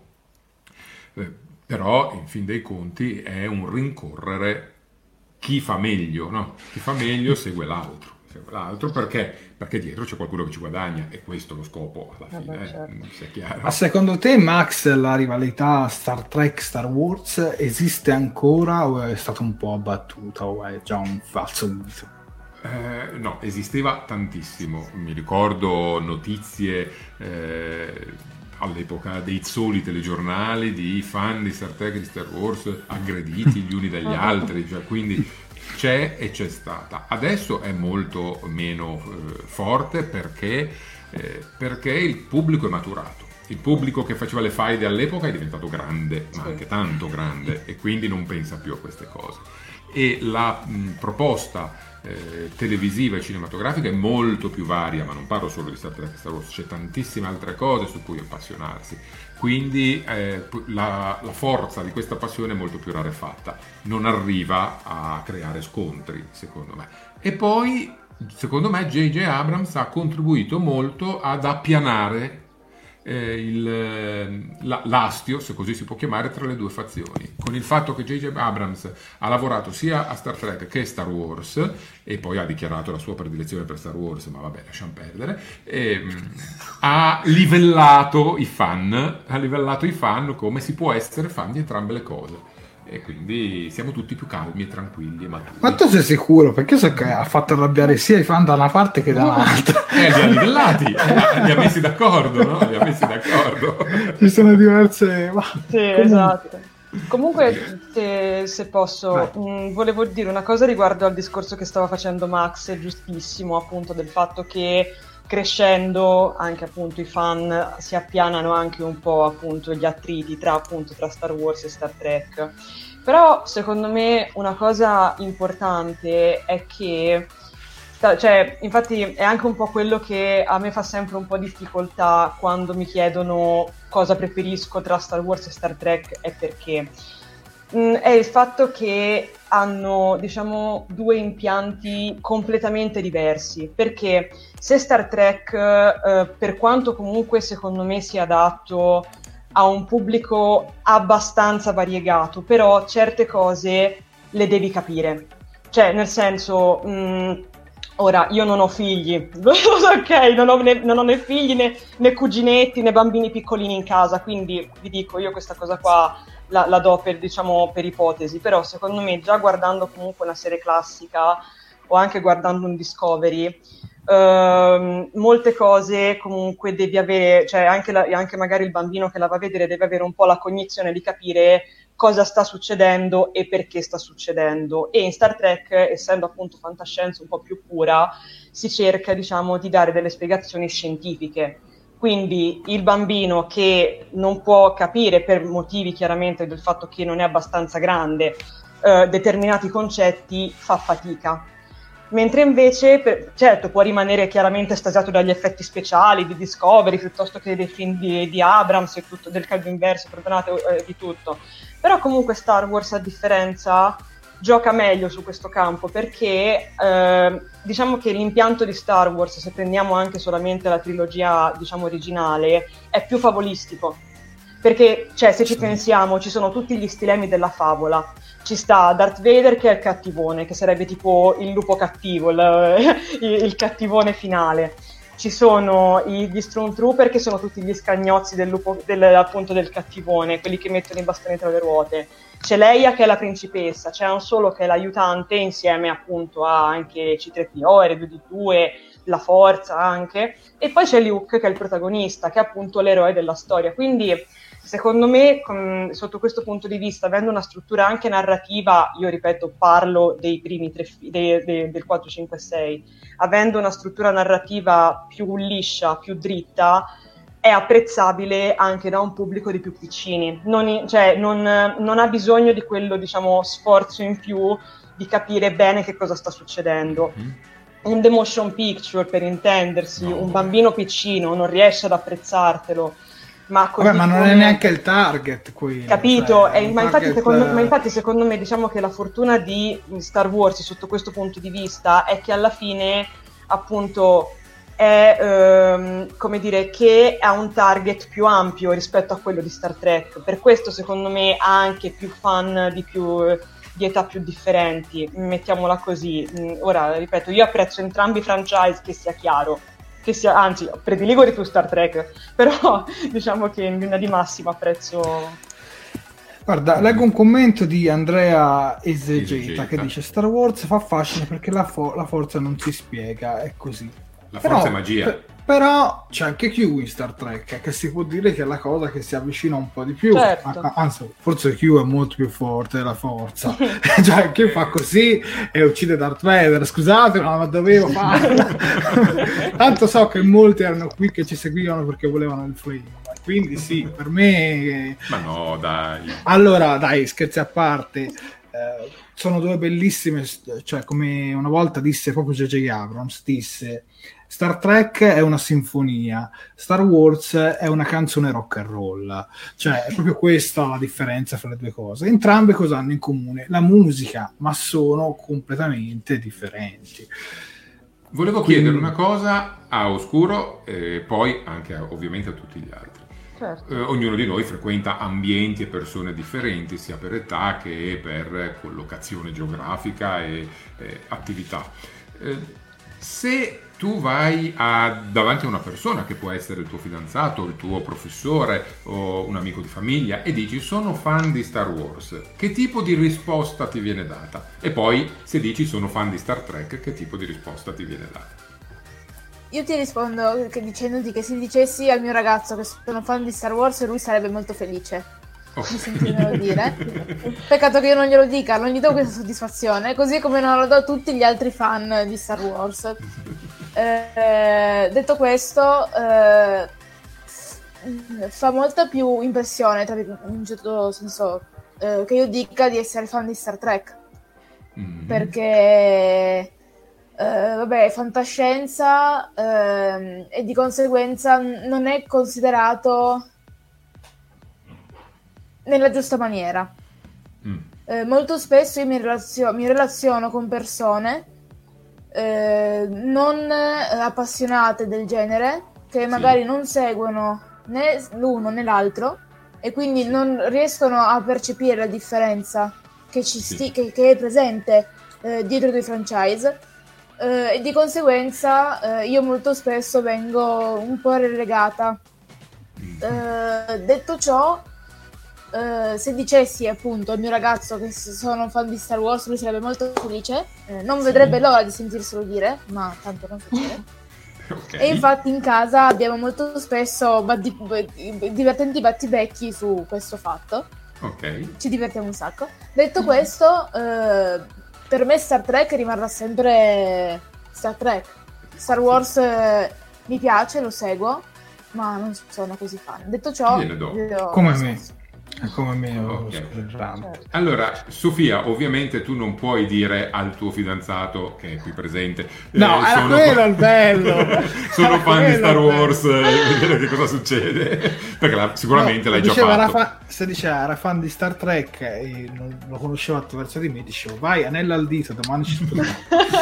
Eh, Però, in fin dei conti, è un rincorrere chi fa meglio, no? Chi fa meglio segue l'altro. l'altro, perché? Perché dietro c'è qualcuno che ci guadagna, e questo è lo scopo alla fine, eh beh, certo. eh, sia chiaro. Ma secondo te, Max, la rivalità Star Trek-Star Wars esiste ancora o è stata un po' abbattuta o è già un falso mito? Eh, no, esisteva tantissimo. Mi ricordo notizie eh, all'epoca dei soli telegiornali di fan di Star Trek e di Star Wars aggrediti gli uni dagli altri, cioè, quindi c'è e c'è stata. Adesso è molto meno eh, forte perché, eh, perché il pubblico è maturato. Il pubblico che faceva le faide all'epoca è diventato grande, ma anche tanto grande, e quindi non pensa più a queste cose. E la mh, proposta eh, televisiva e cinematografica è molto più varia, ma non parlo solo di Star Trek e Star Wars, c'è tantissime altre cose su cui appassionarsi. Quindi eh, la, la forza di questa passione è molto più rarefatta, non arriva a creare scontri, secondo me. E poi, secondo me, J J Abrams ha contribuito molto ad appianare eh, il, la, l'astio, se così si può chiamare, tra le due fazioni. Con il fatto che J J Abrams ha lavorato sia a Star Trek che a Star Wars, e poi ha dichiarato la sua predilezione per Star Wars, ma vabbè, lasciamo perdere, e, ha livellato i fan, ha livellato i fan come si può essere fan di entrambe le cose. E quindi siamo tutti più calmi e tranquilli e maturi. Ma tu sei sicuro? Perché io so che ha fatto arrabbiare sia i fan da una parte che dall'altra. Eh, li ha livellati, li ha messi d'accordo, no? Li ha messi d'accordo. Ci sono diverse... Ma... Sì, comunque... esatto. Comunque, se, se posso, mh, volevo dire una cosa riguardo al discorso che stava facendo Max, è giustissimo, appunto, del fatto che crescendo anche appunto i fan si appianano anche un po' appunto gli attriti tra appunto tra Star Wars e Star Trek. Però secondo me una cosa importante è che, cioè, infatti è anche un po' quello che a me fa sempre un po' difficoltà quando mi chiedono cosa preferisco tra Star Wars e Star Trek, è perché mh, è il fatto che hanno, diciamo, due impianti completamente diversi. Perché se Star Trek, eh, per quanto comunque secondo me sia adatto a un pubblico abbastanza variegato, però certe cose le devi capire. Cioè, nel senso, mh, ora io non ho figli, ok, non ho, né, non ho né figli né, né cuginetti né bambini piccolini in casa, quindi vi dico, io questa cosa qua La, la do per, diciamo, per ipotesi, però secondo me già guardando comunque una serie classica o anche guardando un Discovery, ehm, molte cose comunque devi avere, cioè anche, la, anche magari il bambino che la va a vedere deve avere un po' la cognizione di capire cosa sta succedendo e perché sta succedendo. E in Star Trek, essendo appunto fantascienza un po' più pura, si cerca, diciamo, di dare delle spiegazioni scientifiche. Quindi il bambino che non può capire, per motivi chiaramente del fatto che non è abbastanza grande, eh, determinati concetti, fa fatica. Mentre invece, per, certo, può rimanere chiaramente estasiato dagli effetti speciali di Discovery, piuttosto che dei film di, di Abrams e tutto, del caldo inverso, perdonate, eh, di tutto. Però comunque Star Wars, a differenza, gioca meglio su questo campo, perché eh, diciamo che l'impianto di Star Wars, se prendiamo anche solamente la trilogia, diciamo, originale, è più favolistico, perché, cioè, se ci pensiamo, ci sono tutti gli stilemi della favola. Ci sta Darth Vader che è il cattivone, che sarebbe tipo il lupo cattivo, il, il cattivone finale. Ci sono gli Stormtrooper che sono tutti gli scagnozzi del lupo, del, appunto, del cattivone, quelli che mettono i bastoni tra le ruote. C'è Leia che è la principessa, c'è Han Solo che è l'aiutante, insieme appunto a anche C tre P O, R due D due, la Forza anche, e poi c'è Luke che è il protagonista, che è appunto l'eroe della storia. Quindi secondo me, con, sotto questo punto di vista, avendo una struttura anche narrativa, io ripeto, parlo dei primi tre, dei, dei, del quattro, cinque, sei, avendo una struttura narrativa più liscia, più dritta, è apprezzabile anche da un pubblico di più piccini. Non, cioè, non, non ha bisogno di quello, diciamo, sforzo in più di capire bene che cosa sta succedendo. Mm. Un The Motion Picture, per intendersi, no. Un bambino piccino non riesce ad apprezzartelo. Ma, così Vabbè, ma non come... è neanche il target qui. Capito? Cioè, e, ma, target... infatti, secondo, ma infatti secondo me, diciamo che la fortuna di Star Wars sotto questo punto di vista è che alla fine, appunto, è ehm, come dire, che ha un target più ampio rispetto a quello di Star Trek. Per questo secondo me ha anche più fan di più di età più differenti, mettiamola così. Ora, ripeto, io apprezzo entrambi i franchise, che sia chiaro, che sia, anzi, prediligo di più Star Trek, però diciamo che in linea di massima apprezzo... Guarda, leggo un commento di Andrea Esegeta che dice: Star Wars fa fascino perché la, fo- la forza non si spiega, è così. La Però, forza è magia. per- però c'è anche Q in Star Trek, che si può dire che è la cosa che si avvicina un po' di più. Certo. A- anzi, forse Q è molto più forte della forza. Cioè, Q fa così e uccide Darth Vader. Scusate, ma dovevo farlo. Tanto so che molti erano qui che ci seguivano perché volevano il flame. Quindi sì, per me... Ma no, dai. Allora, dai, scherzi a parte, eh, sono due bellissime, cioè come una volta disse proprio J J Abrams, disse Star Trek è una sinfonia, Star Wars è una canzone rock and roll, cioè è proprio questa la differenza fra le due cose. Entrambe cosa hanno in comune? La musica, ma sono completamente differenti. Volevo Quindi... chiedere una cosa a Oscuro e poi anche a, ovviamente a tutti gli altri. Certo. Eh, ognuno di noi frequenta ambienti e persone differenti, sia per età che per collocazione geografica e eh, attività. Eh, se tu vai a, davanti a una persona che può essere il tuo fidanzato, il tuo professore o un amico di famiglia e dici sono fan di Star Wars, che tipo di risposta ti viene data? E poi se dici sono fan di Star Trek, che tipo di risposta ti viene data? Io ti rispondo che dicendoti che se dicessi al mio ragazzo che sono fan di Star Wars, lui sarebbe molto felice oh. di sentirmelo dire. Peccato che io non glielo dica, non gli do questa soddisfazione, così come non lo do a tutti gli altri fan di Star Wars. Eh, detto questo, eh, fa molta più impressione, tra in un certo senso, eh, che io dica di essere fan di Star Trek. Mm-hmm. Perché... Uh, vabbè, fantascienza uh, e di conseguenza non è considerato nella giusta maniera. Mm. Uh, molto spesso io mi, relazio- mi relaziono con persone uh, non appassionate del genere, che magari sì. non seguono né l'uno né l'altro e quindi sì. non riescono a percepire la differenza che, ci sti- sì. che-, che è presente uh, dietro dei franchise. Uh, e di conseguenza uh, io molto spesso vengo un po' relegata. Uh, detto ciò, uh, se dicessi appunto al mio ragazzo che sono fan di Star Wars, lui sarebbe molto felice, uh, non sì. vedrebbe l'ora di sentirselo dire, ma tanto non succede. Okay. E infatti in casa abbiamo molto spesso batti- divertenti battibecchi su questo fatto. Okay. Ci divertiamo un sacco. Detto questo, uh, per me Star Trek rimarrà sempre Star Trek. Star Wars eh, mi piace, lo seguo, ma non sono così fan. Detto ciò, io... come me. È come me. Okay. Certo. Allora, Sofia, ovviamente tu non puoi dire al tuo fidanzato che è qui presente. No, eh, era sono quello il bello. sono era fan di Star Wars, e vedere che cosa succede. Perché la, sicuramente no, l'hai già fatto. Era fa- se diceva era fan di Star Trek e non lo conosceva attraverso di me, dicevo vai, anello al dito, domani ci spostiamo.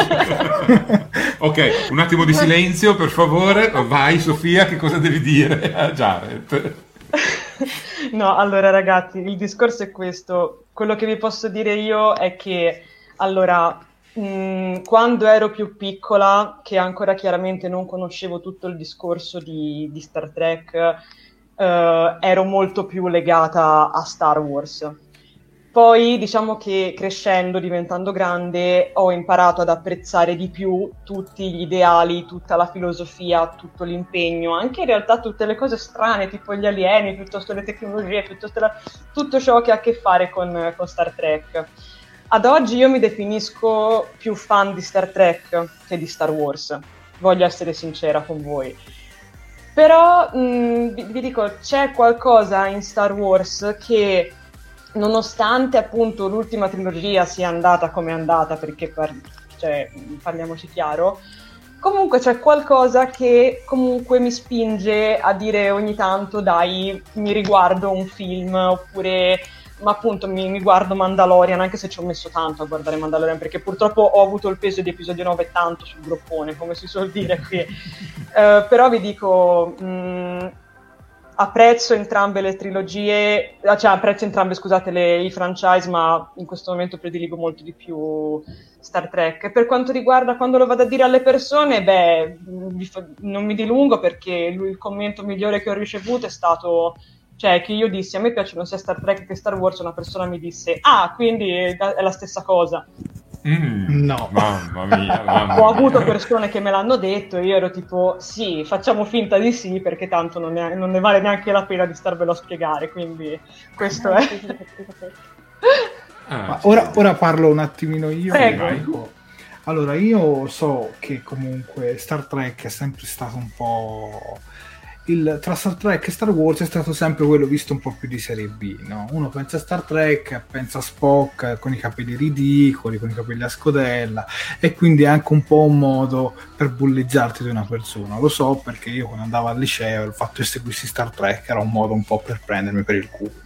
Ok, un attimo di silenzio, per favore. Vai, Sofia, che cosa devi dire a Jared? No, allora ragazzi, il discorso è questo. Quello che vi posso dire io è che, allora, mh, quando ero più piccola, che ancora chiaramente non conoscevo tutto il discorso di, di Star Trek, eh, ero molto più legata a Star Wars. Poi diciamo che crescendo, diventando grande, ho imparato ad apprezzare di più tutti gli ideali, tutta la filosofia, tutto l'impegno, anche in realtà tutte le cose strane, tipo gli alieni, piuttosto le tecnologie, piuttosto la... tutto ciò che ha a che fare con, con Star Trek. Ad oggi io mi definisco più fan di Star Trek che di Star Wars, voglio essere sincera con voi. Però mh, vi, vi dico, c'è qualcosa in Star Wars che... nonostante appunto l'ultima trilogia sia andata come è andata, perché par- cioè, parliamoci chiaro, comunque c'è qualcosa che comunque mi spinge a dire ogni tanto dai, mi riguardo un film, oppure ma appunto mi, mi guardo Mandalorian, anche se ci ho messo tanto a guardare Mandalorian, perché purtroppo ho avuto il peso di episodio nove tanto sul groppone, come si suol dire qui. uh, però vi dico... Mh, apprezzo entrambe le trilogie, cioè apprezzo entrambe, scusate, le, i franchise, ma in questo momento prediligo molto di più Star Trek. Per quanto riguarda quando lo vado a dire alle persone, beh, vi fa, non mi dilungo perché lui, il commento migliore che ho ricevuto è stato, cioè che io dissi a me piacciono sia Star Trek che Star Wars, una persona mi disse ah, quindi è, è la stessa cosa. Mm, no, mamma mia, mamma ho mia. avuto persone che me l'hanno detto e io ero tipo sì, facciamo finta di sì perché tanto non ne, non ne vale neanche la pena di starvelo a spiegare, quindi questo è Ah, Ma ora, ora parlo un attimino io. Prego. Dico, allora, io so che comunque Star Trek è sempre stato un po'... Il, tra Star Trek e Star Wars è stato sempre quello visto un po' più di serie B, no? Uno pensa a Star Trek, pensa a Spock con i capelli ridicoli, con i capelli a scodella, e quindi è anche un po' un modo per bullizzarti di una persona. Lo so perché io quando andavo al liceo il fatto di seguirsi Star Trek era un modo un po' per prendermi per il culo.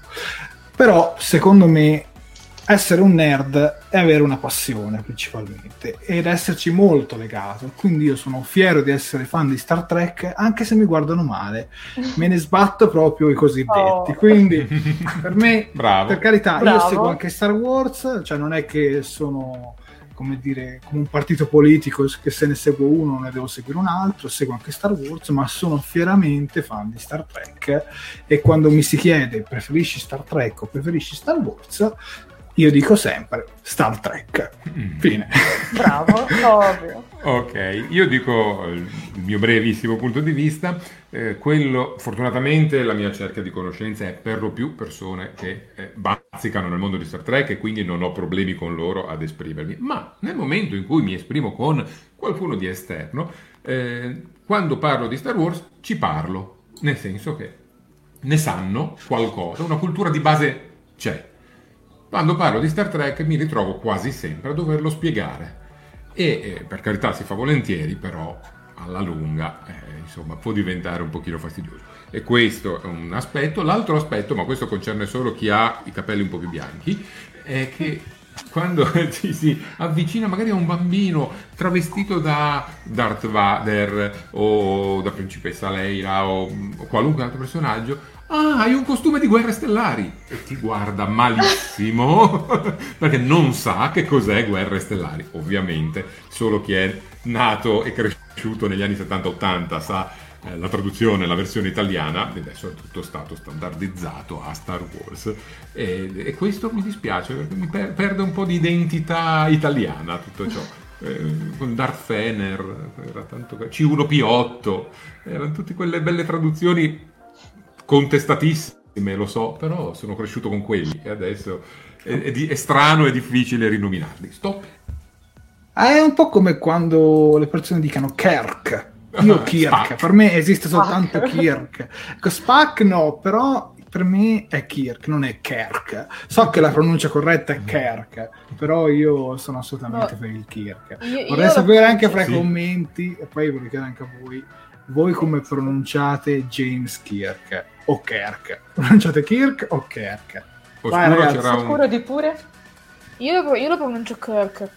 Però secondo me essere un nerd è avere una passione principalmente ed esserci molto legato, quindi io sono fiero di essere fan di Star Trek anche se mi guardano male, me ne sbatto proprio i cosiddetti, Oh. quindi per me, Bravo. per carità, Bravo. io seguo anche Star Wars, cioè non è che sono come dire come un partito politico che se ne seguo uno non ne devo seguire un altro, seguo anche Star Wars, ma sono fieramente fan di Star Trek e quando mi si chiede preferisci Star Trek o preferisci Star Wars, io dico sempre Star Trek. Fine. bravo, ovvio. Ok, io dico il mio brevissimo punto di vista, eh, quello fortunatamente la mia cerchia di conoscenze è per lo più persone che eh, bazzicano nel mondo di Star Trek e quindi non ho problemi con loro ad esprimermi, ma nel momento in cui mi esprimo con qualcuno di esterno, eh, quando parlo di Star Wars ci parlo, nel senso che ne sanno qualcosa, una cultura di base c'è. Quando parlo di Star Trek mi ritrovo quasi sempre a doverlo spiegare e eh, per carità si fa volentieri, però alla lunga eh, insomma può diventare un pochino fastidioso, e questo è un aspetto. L'altro aspetto, ma questo concerne solo chi ha i capelli un po' più bianchi, è che quando ci si avvicina magari a un bambino travestito da Darth Vader o da Principessa Leia o, o qualunque altro personaggio, ah, hai un costume di Guerre Stellari, e ti guarda malissimo perché non sa che cos'è Guerre Stellari. Ovviamente solo chi è nato e cresciuto negli anni settanta ottanta sa eh, la traduzione, la versione italiana, e adesso è tutto stato standardizzato a Star Wars, e, e questo mi dispiace perché mi per- perde un po' di identità italiana tutto ciò. Eh, con Darth Fener era tanto... C uno P otto, erano tutte quelle belle traduzioni contestatissime, lo so, però sono cresciuto con quelli e adesso è, è, di, è strano e difficile rinominarli. Stop. È un po' come quando le persone dicono Kirk. Io Kirk, Spock. Per me esiste soltanto Kirk. Ecco, Spock no, però per me è Kirk, non è Kirk. So che la pronuncia corretta è Kirk, però io sono assolutamente No. per il Kirk. Io- Vorrei io sapere lo anche fra i Sì. commenti, e poi ve lo chiedo anche a voi, voi come pronunciate James Kirk o Kirk? Pronunciate Kirk o Kirk? Oscuro Vai, ragazzi. c'era un... Sicuro di pure? Io lo, io lo pronuncio Kirk.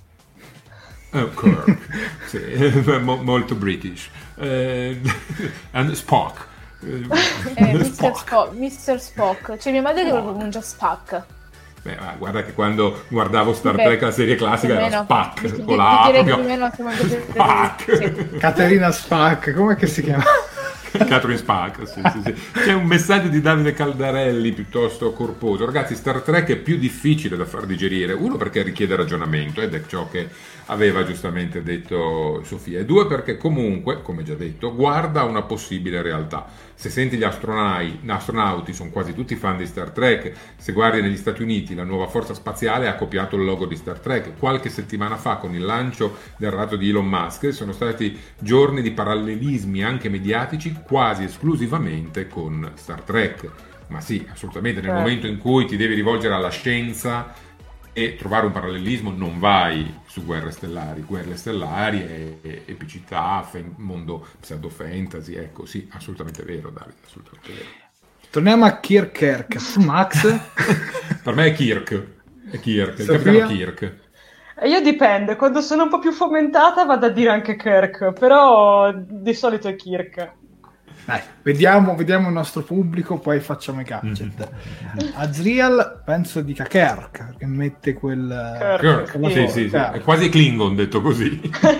Oh, Kirk. Sì, mo- molto British. Eh, and Spock. Eh, Eh, mister Spock. Spock. mister Spock. C'è mia madre che lo pronuncia Spack. Beh, ma guarda che quando guardavo Star Beh, Trek, la serie classica, più o era meno. Spack, Di- di- con la A direi che proprio. più o meno siamo in questo- Spack. sì. Caterina Spack, com'è che si chiama? Catherine Spack, sì, sì, sì. C'è un messaggio di Davide Caldarelli piuttosto corposo. Ragazzi, Star Trek è più difficile da far digerire. Uno, perché richiede ragionamento, ed è ciò che aveva giustamente detto Sofia. E due, perché comunque, come già detto, guarda una possibile realtà. Se senti gli astronai, astronauti, sono quasi tutti fan di Star Trek. Se guardi negli Stati Uniti, la nuova forza spaziale ha copiato il logo di Star Trek. Qualche settimana fa, con il lancio del razzo di Elon Musk, sono stati giorni di parallelismi anche mediatici quasi esclusivamente con Star Trek. Ma sì, assolutamente, nel Certo. momento in cui ti devi rivolgere alla scienza e trovare un parallelismo, non vai su Guerre Stellari. Guerre Stellari è, è epicità, fe- mondo pseudo fantasy, ecco, sì, assolutamente vero, Davide, assolutamente vero. Torniamo a Kirk Kirk. Tu, Max? Per me è Kirk, è Kirk, il Sofia? capitano Kirk. E io dipende, quando sono un po' più fomentata vado a dire anche Kirk, però di solito è Kirk. Dai, vediamo, vediamo il nostro pubblico, poi facciamo i gadget. Mm-hmm. Azriel penso dica Kirk, perché mette quel... Kirk, Kirk. Sì, sì, sì, è quasi Klingon detto così.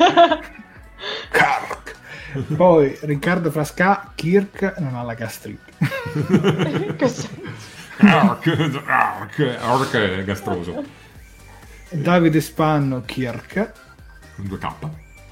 Kirk. Poi Riccardo Frasca, Kirk non ha la gastrite. Kirk, Kirk è gastroso. Davide Spanno, Kirk. Con due K.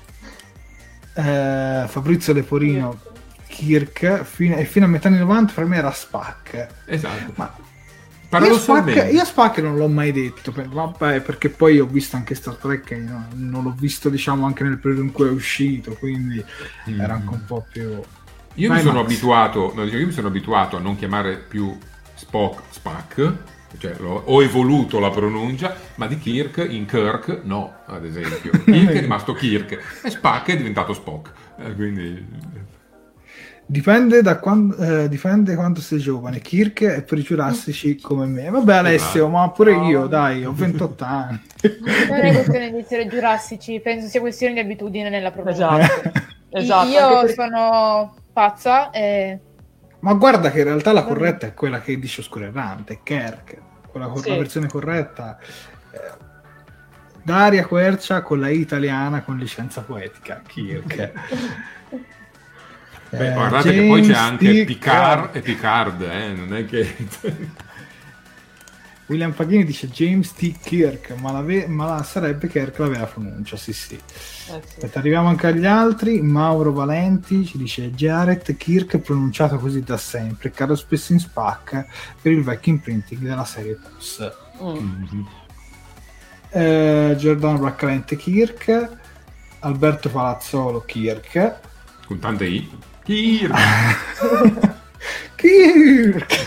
Eh, Fabrizio Leporino, Kirk, fino, e fino a metà anni novanta per me era Spack. Esatto. Ma io Spack, io Spack non l'ho mai detto, per, vabbè, perché poi ho visto anche Star Trek, no, non l'ho visto diciamo anche nel periodo in cui è uscito, quindi mm. era anche un po' più... Io Vai mi sono Max. abituato, no, io mi sono abituato a non chiamare più Spock Spack, cioè ho evoluto la pronuncia, ma di Kirk in Kirk no, ad esempio. Kirk è rimasto Kirk e Spack è diventato Spock, eh, quindi... Dipende da quando, eh, dipende quanto sei giovane. Kirk è per i giurassici come me. Vabbè Alessio, ma pure io, dai, ho ventotto anni. Non è questione di essere giurassici, penso sia questione di abitudine nella pronuncia. Esatto. esatto. Io per... sono pazza e... Ma guarda che in realtà la corretta è quella che dice Oscuro Errante, Kirk. Quella sì. La versione corretta eh, Daria Quercia con la I italiana con licenza poetica, Kirk. Beh, guardate James che poi c'è anche T. Picard e Picard, eh? Non è che... William Paghini dice James T. Kirk, ma, la ve- ma la sarebbe Kirk la vera pronuncia, sì sì. Eh, sì. Aspetta, arriviamo anche agli altri. Mauro Valenti ci dice Jared Kirk pronunciato così da sempre, caro spesso in Spack per il vecchio imprinting della serie T O S. Mm. Eh, Giordano Braccalente Kirk, Alberto Palazzolo Kirk. Con tante I. Kirk! Kirk!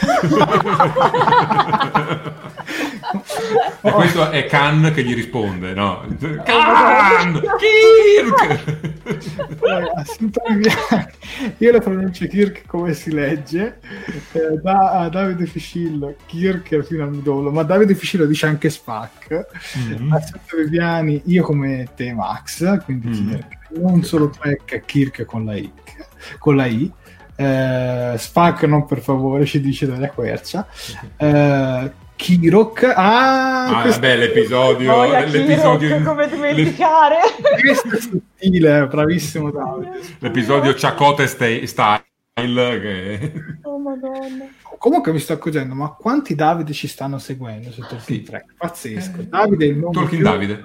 E questo è Khan che gli risponde, no? Khan! Kirk! Io la pronuncio Kirk come si legge, eh, da a Davide Fiscillo Kirk fino al midollo, ma Davide Fiscillo dice anche Spack. Mm-hmm. A Sette Viviani io come te Max, quindi mm-hmm. Kirk. Non solo Trek, Kirk con la I. Con la I. Eh, Spack non per favore, ci dice Daria Quercia. Eh, Kirok, ah, ah questo... vabbè, l'episodio, oh, l'episodio Kirok, come dimenticare? Questo è sottile, bravissimo Davide. L'episodio Chakotay Style che... Oh madonna. Comunque mi sto accorgendo, ma quanti Davide ci stanno seguendo su Talking sì. Track? Pazzesco. Eh, Davide è il nome Talking più... Davide.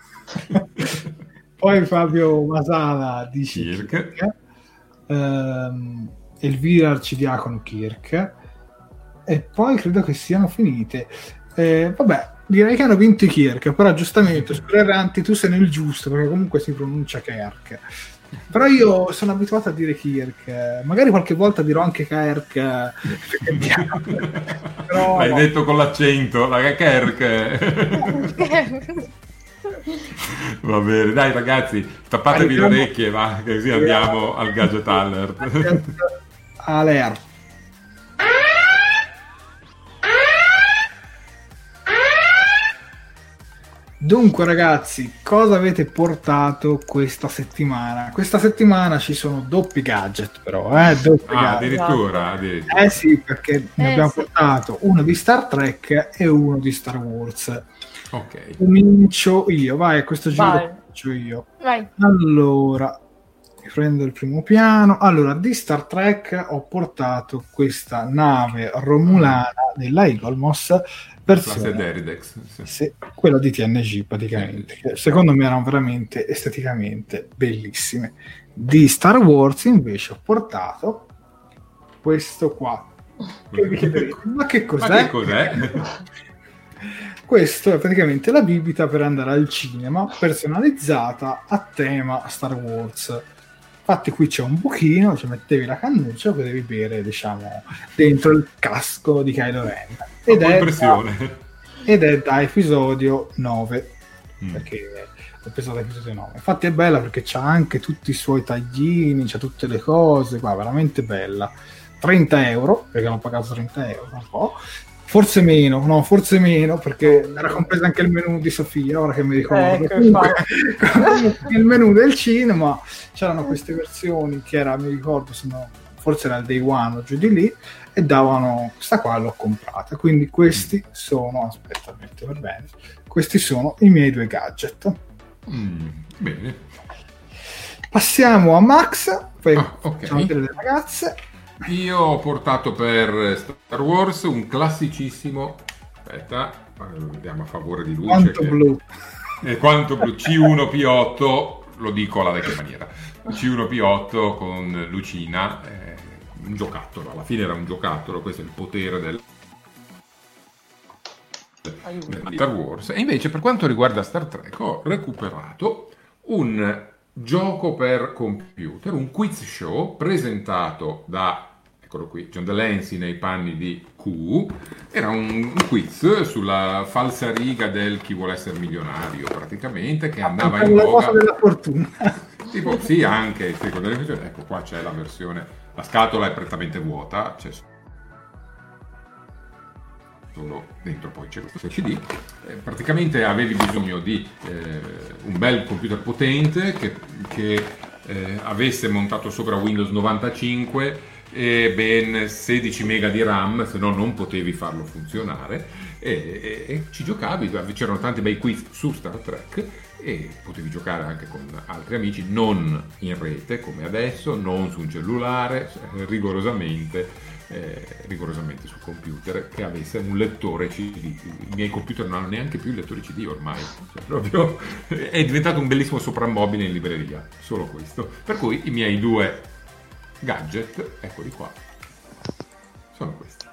Poi Fabio Masala dice Kirk, Kirk. Um, Elvira Arcidiacono Kirk, e poi credo che siano finite. Eh, vabbè, direi che hanno vinto i Kirk, però giustamente Sperranti tu sei nel giusto perché comunque si pronuncia Kirk, però io sono abituato a dire Kirk, magari qualche volta dirò anche Kirk. Però, l'hai no. detto con l'accento, la Kirk. Va bene, dai ragazzi, tappatevi Andiamo. le orecchie, va, così andiamo al gadget alert. Alert. Dunque ragazzi, cosa avete portato questa settimana? Questa settimana ci sono doppi gadget però, eh, doppi ah, gadget. Addirittura, addirittura. Eh sì, perché ne eh, abbiamo sì. portato uno di Star Trek e uno di Star Wars. Ok. Comincio io, vai, a questo giro Vai. comincio io. Vai. Allora, mi prendo il primo piano. Allora, di Star Trek ho portato questa nave romulana della Eaglemoss, versione Deridex, sì. sì, quella di T N G praticamente, che secondo me erano veramente esteticamente bellissime. Di Star Wars invece ho portato questo qua. Che vi chiederete, ma che cos'è? Ma che cos'è? Questo è praticamente la bibita per andare al cinema, personalizzata a tema Star Wars. Infatti qui c'è un buchino, ci mettevi la cannuccia e potevi bere, diciamo, dentro il casco di Kylo Ren. Ed è, da, ed è da episodio nove, mm. perché è episodio, episodio nove. Infatti è bella perché c'ha anche tutti i suoi taglini, c'ha tutte le cose, qua, veramente bella. trenta euro, perché hanno pagato trenta euro, un po'. Forse meno, no, forse meno, perché era compreso anche il menù di Sofia, ora che mi ricordo. Ecco, Comunque, il menù del cinema, c'erano queste versioni che era, mi ricordo, sono forse era il day one o giù di lì, e davano questa qua, l'ho comprata. Quindi questi sono, aspetta, metto per bene, questi sono i miei due gadget. Mm, bene. Passiamo a Max, poi ah, okay. facciamo vedere le ragazze. Io ho portato per Star Wars un classicissimo, aspetta, andiamo a favore di luce. Quanto che... blu. Eh, quanto blu, C uno P otto, lo dico alla vecchia maniera, C uno P otto con lucina, eh, un giocattolo, alla fine era un giocattolo, questo è il potere del Star Wars. E invece per quanto riguarda Star Trek ho recuperato un gioco per computer, un quiz show presentato da, eccolo qui, John Delancey nei panni di Q. Era un, un quiz sulla falsariga del chi vuole essere milionario, praticamente, che andava in voga. La voga. cosa della fortuna. Tipo, sì, anche, sì, ecco qua c'è la versione, la scatola è prettamente vuota, c'è solo dentro, poi c'è questo C D. Eh, praticamente avevi bisogno di eh, un bel computer potente che, che eh, avesse montato sopra Windows novantacinque e ben sedici mega di RAM, se no non potevi farlo funzionare, e, e, e ci giocavi, c'erano tanti bei quiz su Star Trek e potevi giocare anche con altri amici, non in rete come adesso, non su un cellulare, rigorosamente Eh, rigorosamente sul computer che avesse un lettore C D. I miei computer non hanno neanche più il lettore C D ormai, cioè, proprio è diventato un bellissimo soprammobile in libreria, solo questo. Per cui i miei due gadget, eccoli qua, sono questi.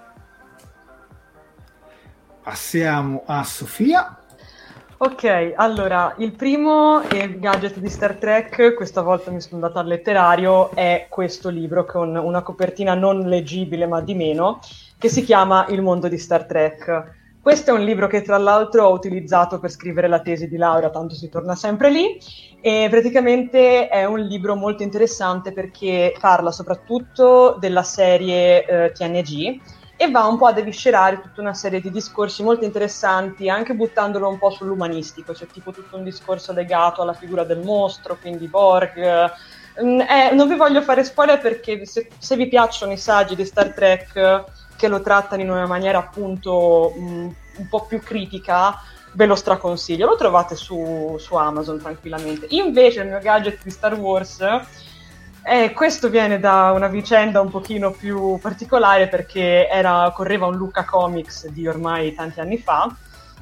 Passiamo a Sofia. Ok, allora, il primo eh, gadget di Star Trek, questa volta mi sono andata al letterario, è questo libro con una copertina non leggibile ma di meno, che si chiama Il mondo di Star Trek. Questo è un libro che tra l'altro ho utilizzato per scrivere la tesi di laurea, tanto si torna sempre lì, e praticamente è un libro molto interessante perché parla soprattutto della serie eh, T N G, e va un po' ad eviscerare tutta una serie di discorsi molto interessanti, anche buttandolo un po' sull'umanistico, c'è tipo tutto un discorso legato alla figura del mostro, quindi Borg. Eh, non vi voglio fare spoiler perché se, se vi piacciono i saggi di Star Trek che lo trattano in una maniera appunto mh, un po' più critica, ve lo straconsiglio, lo trovate su, su Amazon tranquillamente. Invece il mio gadget di Star Wars... Eh, questo viene da una vicenda un pochino più particolare perché era, correva un Lucca Comics di ormai tanti anni fa,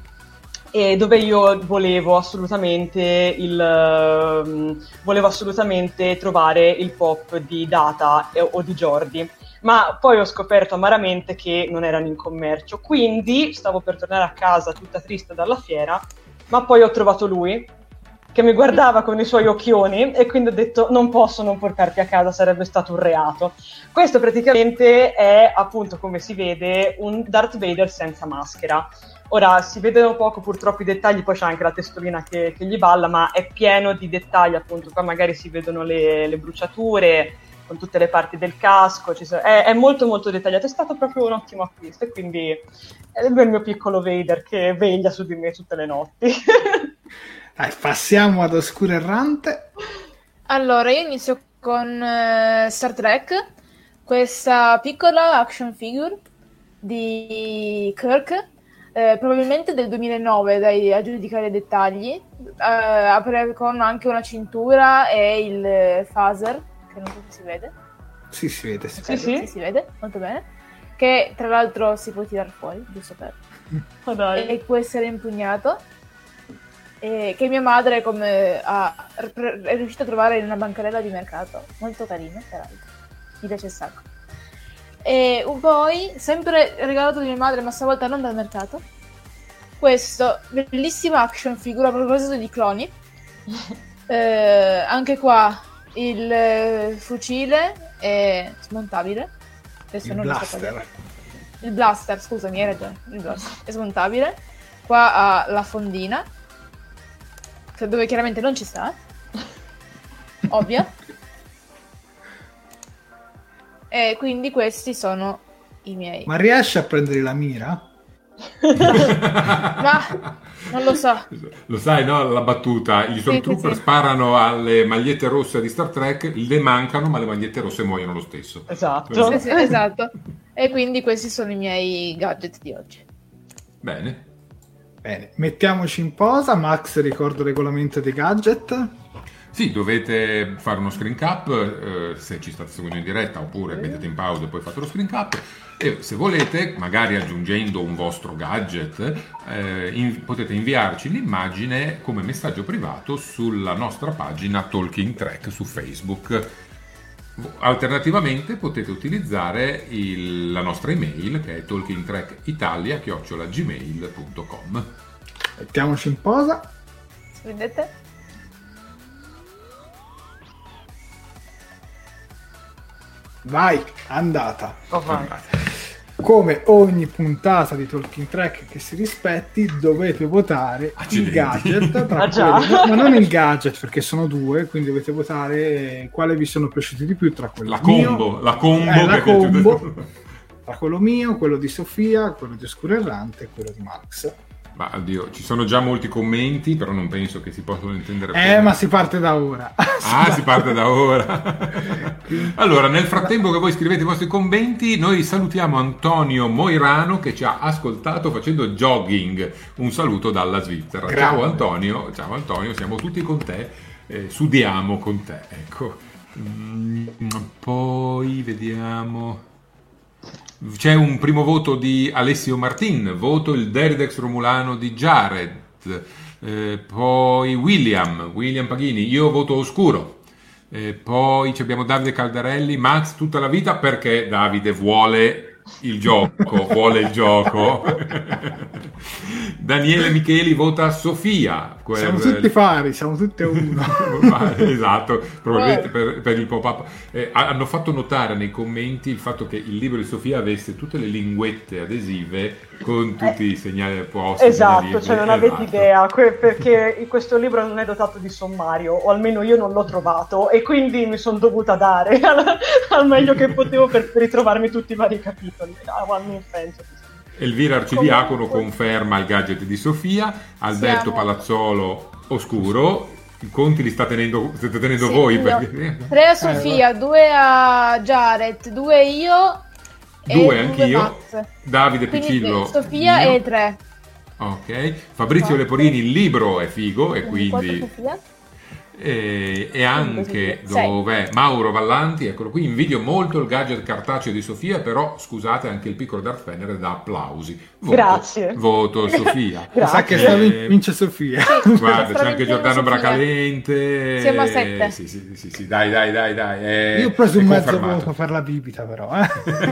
e dove io volevo assolutamente il um, volevo assolutamente trovare il pop di Data e, o di Geordi, ma poi ho scoperto amaramente che non erano in commercio, quindi stavo per tornare a casa tutta triste dalla fiera, ma poi ho trovato lui che mi guardava con i suoi occhioni e quindi ho detto non posso non portarti a casa, sarebbe stato un reato. Questo praticamente è, appunto, come si vede, un Darth Vader senza maschera. Ora si vedono poco purtroppo i dettagli, poi c'è anche la testolina che, che gli balla, ma è pieno di dettagli, appunto, qua magari si vedono le, le bruciature con tutte le parti del casco, ci sono, è, è molto molto dettagliato, è stato proprio un ottimo acquisto, e quindi è il mio piccolo Vader che veglia su di me tutte le notti. Dai, passiamo ad Oscuro Errante. Allora, io inizio con uh, Star Trek, questa piccola action figure di Kirk, eh, probabilmente del duemilanove, dai, a giudicare i dettagli, uh, con anche una cintura e il phaser, che non so se si vede. Sì, si vede, si sì, vede. Sì, sì, si vede, molto bene. Che tra l'altro si può tirare fuori, giusto per... Oh, dai. E può essere impugnato. E che mia madre come ha, è riuscita a trovare in una bancarella di mercato, molto carina peraltro, mi piace un sacco. E poi, sempre regalato di mia madre, ma stavolta non dal mercato, questo bellissima action figure a proposito di cloni. eh, anche qua il fucile è smontabile, adesso il non blaster lo so il blaster, scusami, hai ragione, il blaster è smontabile. Qua ha la fondina, dove chiaramente non ci sta, ovvio, e quindi questi sono i miei. Ma riesci a prendere la mira? Ma non lo so. Lo sai, no? La battuta, gli Stormtrooper sì, sì. sparano alle magliette rosse di Star Trek, le mancano, ma le magliette rosse muoiono lo stesso. Esatto. Sì, sì, esatto. E quindi questi sono i miei gadget di oggi. Bene. Bene, mettiamoci in posa. Max, ricordo il regolamento dei gadget. Sì, dovete fare uno screen cap eh, se ci state seguendo in diretta, oppure mettete in pausa e poi fate lo screen cap, e se volete, magari aggiungendo un vostro gadget, eh, in, potete inviarci l'immagine come messaggio privato sulla nostra pagina Talking Trek su Facebook. Alternativamente potete utilizzare il, la nostra email, che è talkingtrekitalia chiocciola gmail punto com. Mettiamoci in posa. Vedete? Vai, andata. Oh, vai. andata. Come ogni puntata di Talking Trek che si rispetti, dovete votare Accidenti. il gadget tra ah, già. quelli, ma non il gadget, perché sono due, quindi dovete votare quale vi sono piaciuti di più tra quello la mio, combo, la combo, eh, la che combo tra quello mio, quello di Sofia, quello di Oscuro Errante e quello di Max. Ma oddio, ci sono già molti commenti, però non penso che si possano intendere. Eh, come. Ma si parte da ora. Ah, si parte da ora. Allora, nel frattempo che voi scrivete i vostri commenti, noi salutiamo Antonio Moirano che ci ha ascoltato facendo jogging. Un saluto dalla Svizzera. Grande. Ciao Antonio, ciao Antonio, siamo tutti con te, eh, sudiamo con te, ecco. Mm, poi vediamo. C'è un primo voto di Alessio Martin, voto il Deridex Romulano di Jared, eh, poi William, William Paghini, io voto Oscuro, eh, poi abbiamo Davide Caldarelli, Max tutta la vita perché Davide vuole il gioco, vuole il gioco. Daniele Micheli vota Sofia. Siamo tutti pari, siamo tutti a uno. Esatto, probabilmente per, per il pop-up. Eh, hanno fatto notare nei commenti il fatto che il libro di Sofia avesse tutte le linguette adesive con tutti i segnali posti. Esatto, cioè non avete esatto. idea, que- perché questo libro non è dotato di sommario, o almeno io non l'ho trovato, e quindi mi sono dovuta dare al, al meglio che potevo per ritrovarmi tutti i vari capitoli. Elvira Arcidiacono conferma il gadget di Sofia. Alberto Siamo. Palazzolo Oscuro. I conti li sta tenendo, state tenendo Sì, voi io. perché... Tre a Sofia, due a Jared, due io e due due anch'io. Max. Davide Quindi Piccillo Sofia mio. e tre. Ok, Fabrizio Leporini, il libro è figo e Quindi quindi quattro Sofia. e, e anche Sei. dov'è Mauro Vallanti, eccolo qui, invidio molto il gadget cartaceo di Sofia, però scusate anche il piccolo Darth Vader da applausi. Voto, Grazie. Voto Sofia. Sa che sta vin- vince Sofia. Guarda, c'è anche vincendo Giordano Sofia. Bracalente. Siamo a sette. Sì, sì, sì, sì, dai, dai, dai, dai. È, Io ho preso è un mezzo confermato. voto per la bibita, però. Eh.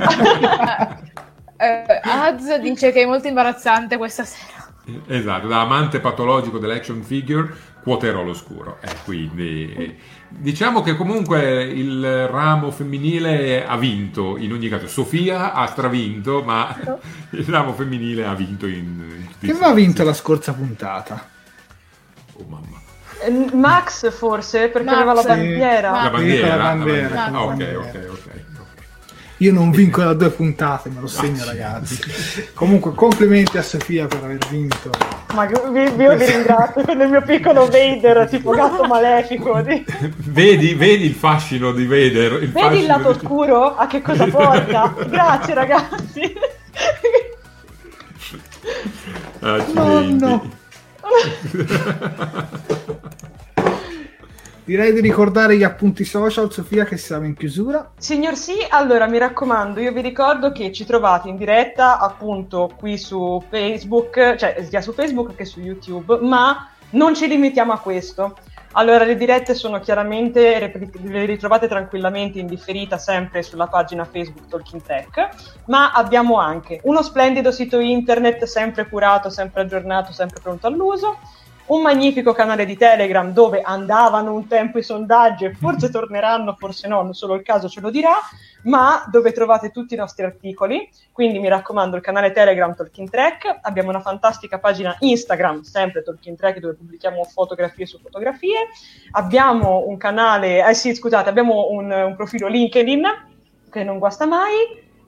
Eh, Az dice che è molto imbarazzante questa sera. Esatto, da amante patologico dell'action figure quoterò l'oscuro. Eh, quindi diciamo che comunque il ramo femminile ha vinto in ogni caso. Sofia ha stravinto, ma il ramo femminile ha vinto in, in tutti Che i aveva sensi. vinto la scorsa puntata? Oh mamma. Eh, Max forse, perché Max. aveva la Sì. bandiera. Max. La bandiera, la la bandiera, bandiera. con la Ah, ok, bandiera. ok, ok. Io non vinco da due puntate, me lo segno, Ah, sì. ragazzi. Comunque, complimenti a Sofia per aver vinto. Ma vi, vi, io vi ringrazio con il mio piccolo Vader, tipo gatto malefico. Di... Vedi, vedi il fascino di Vader. Il Vedi fascino il lato di- oscuro? A che cosa porta? Grazie ragazzi. Accidenti. Nonno. Direi di ricordare gli appunti social, Sofia, che siamo in chiusura. Signor sì, allora mi raccomando, io vi ricordo che ci trovate in diretta appunto qui su Facebook, cioè sia su Facebook che su YouTube, ma non ci limitiamo a questo. Allora, le dirette sono chiaramente, le ritrovate tranquillamente in differita sempre sulla pagina Facebook Talking Trek, ma abbiamo anche uno splendido sito internet sempre curato, sempre aggiornato, sempre pronto all'uso, un magnifico canale di Telegram dove andavano un tempo i sondaggi e forse torneranno, forse no, solo il caso ce lo dirà, ma dove trovate tutti i nostri articoli. Quindi mi raccomando, il canale Telegram Talking Trek, abbiamo una fantastica pagina Instagram, sempre Talking Trek, dove pubblichiamo fotografie su fotografie, abbiamo un canale, eh sì scusate, abbiamo un, un profilo LinkedIn che non guasta mai,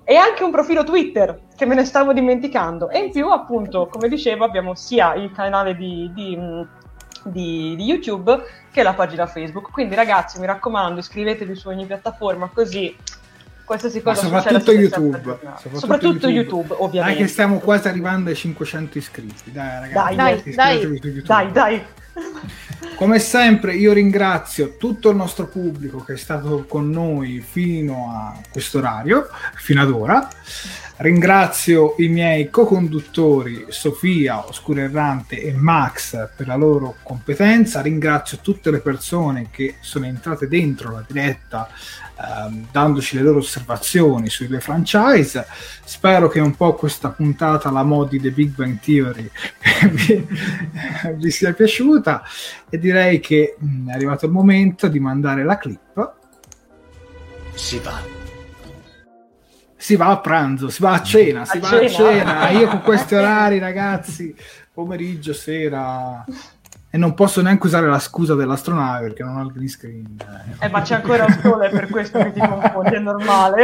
e anche un profilo Twitter, che me ne stavo dimenticando. E in più, appunto, come dicevo, abbiamo sia il canale di, di, di, di YouTube che la pagina Facebook. Quindi ragazzi, mi raccomando, iscrivetevi su ogni piattaforma, così qualsiasi cosa Ma soprattutto succeda, YouTube. Soprattutto, soprattutto YouTube, YouTube, ovviamente. Dai che stiamo quasi arrivando ai cinquecento iscritti. Dai ragazzi, dai, dai, dai, dai, dai. Come sempre io ringrazio tutto il nostro pubblico che è stato con noi fino a questo orario, fino ad ora. Ringrazio i miei co-conduttori Sofia, Oscuro Errante e Max per la loro competenza. Ringrazio tutte le persone che sono entrate dentro la diretta ehm, dandoci le loro osservazioni sui due franchise. Spero che un po' questa puntata alla mod di The Big Bang Theory vi, vi sia piaciuta, e direi che mh, è arrivato il momento di mandare la clip. Si va. Si va a pranzo, si va a cena, si a va cena. a cena. Io con questi orari, ragazzi, pomeriggio, sera, e non posso neanche usare la scusa dell'astronave perché non ho il green screen. Eh, ma c'è ancora il sole, per questo che ti confondi, è normale.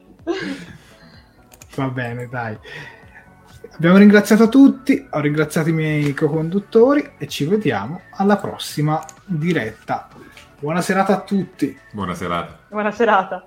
Va bene, dai. Abbiamo ringraziato tutti, ho ringraziato i miei co-conduttori e ci vediamo alla prossima diretta. Buona serata a tutti. Buona serata. Buona serata.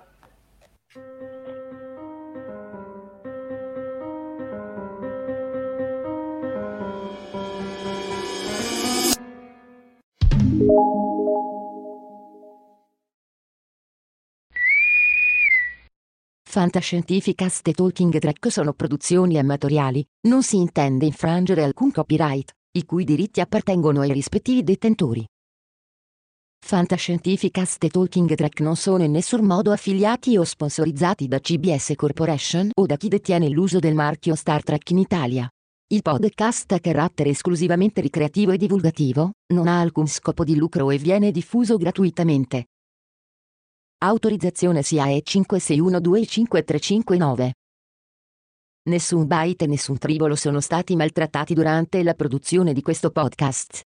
Fantascientificast e Talking Track sono produzioni amatoriali, non si intende infrangere alcun copyright, i cui diritti appartengono ai rispettivi detentori. Fantascientificast e Talking Track non sono in nessun modo affiliati o sponsorizzati da C B S Corporation o da chi detiene l'uso del marchio Star Trek in Italia. Il podcast ha carattere esclusivamente ricreativo e divulgativo, non ha alcun scopo di lucro e viene diffuso gratuitamente. Autorizzazione S I A E cinque sei uno due cinque tre cinque nove. Nessun byte e nessun tribolo sono stati maltrattati durante la produzione di questo podcast.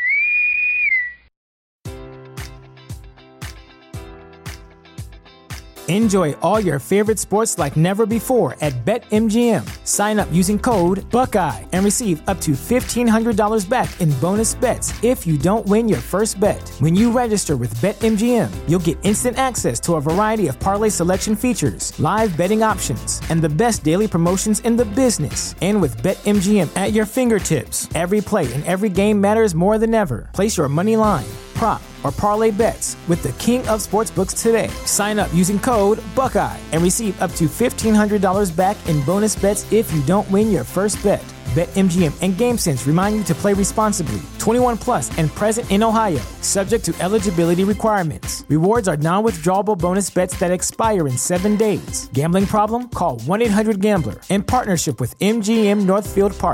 Enjoy all your favorite sports like never before at BetMGM. Sign up using code Buckeye and receive up to fifteen hundred dollars back in bonus bets if you don't win your first bet. When you register with BetMGM, you'll get instant access to a variety of parlay selection features, live betting options, and the best daily promotions in the business. And with BetMGM at your fingertips, every play and every game matters more than ever. Place your money line, prop, or parlay bets with the king of sportsbooks today. Sign up using code Buckeye and receive up to fifteen hundred dollars back in bonus bets if you don't win your first bet. BetMGM and GameSense remind you to play responsibly. twenty-one plus and present in Ohio, subject to eligibility requirements. Rewards are non-withdrawable bonus bets that expire in seven days. Gambling problem? Call one eight hundred gambler in partnership with M G M Northfield Park.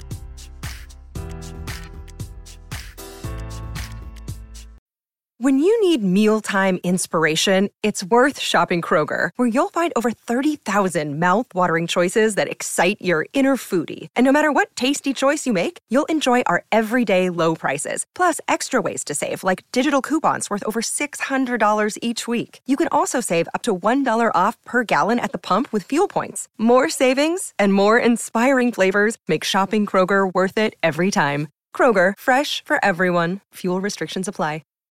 When you need mealtime inspiration, it's worth shopping Kroger, where you'll find over thirty thousand mouth-watering choices that excite your inner foodie. And no matter what tasty choice you make, you'll enjoy our everyday low prices, plus extra ways to save, like digital coupons worth over six hundred dollars each week. You can also save up to one dollar off per gallon at the pump with fuel points. More savings and more inspiring flavors make shopping Kroger worth it every time. Kroger, fresh for everyone. Fuel restrictions apply.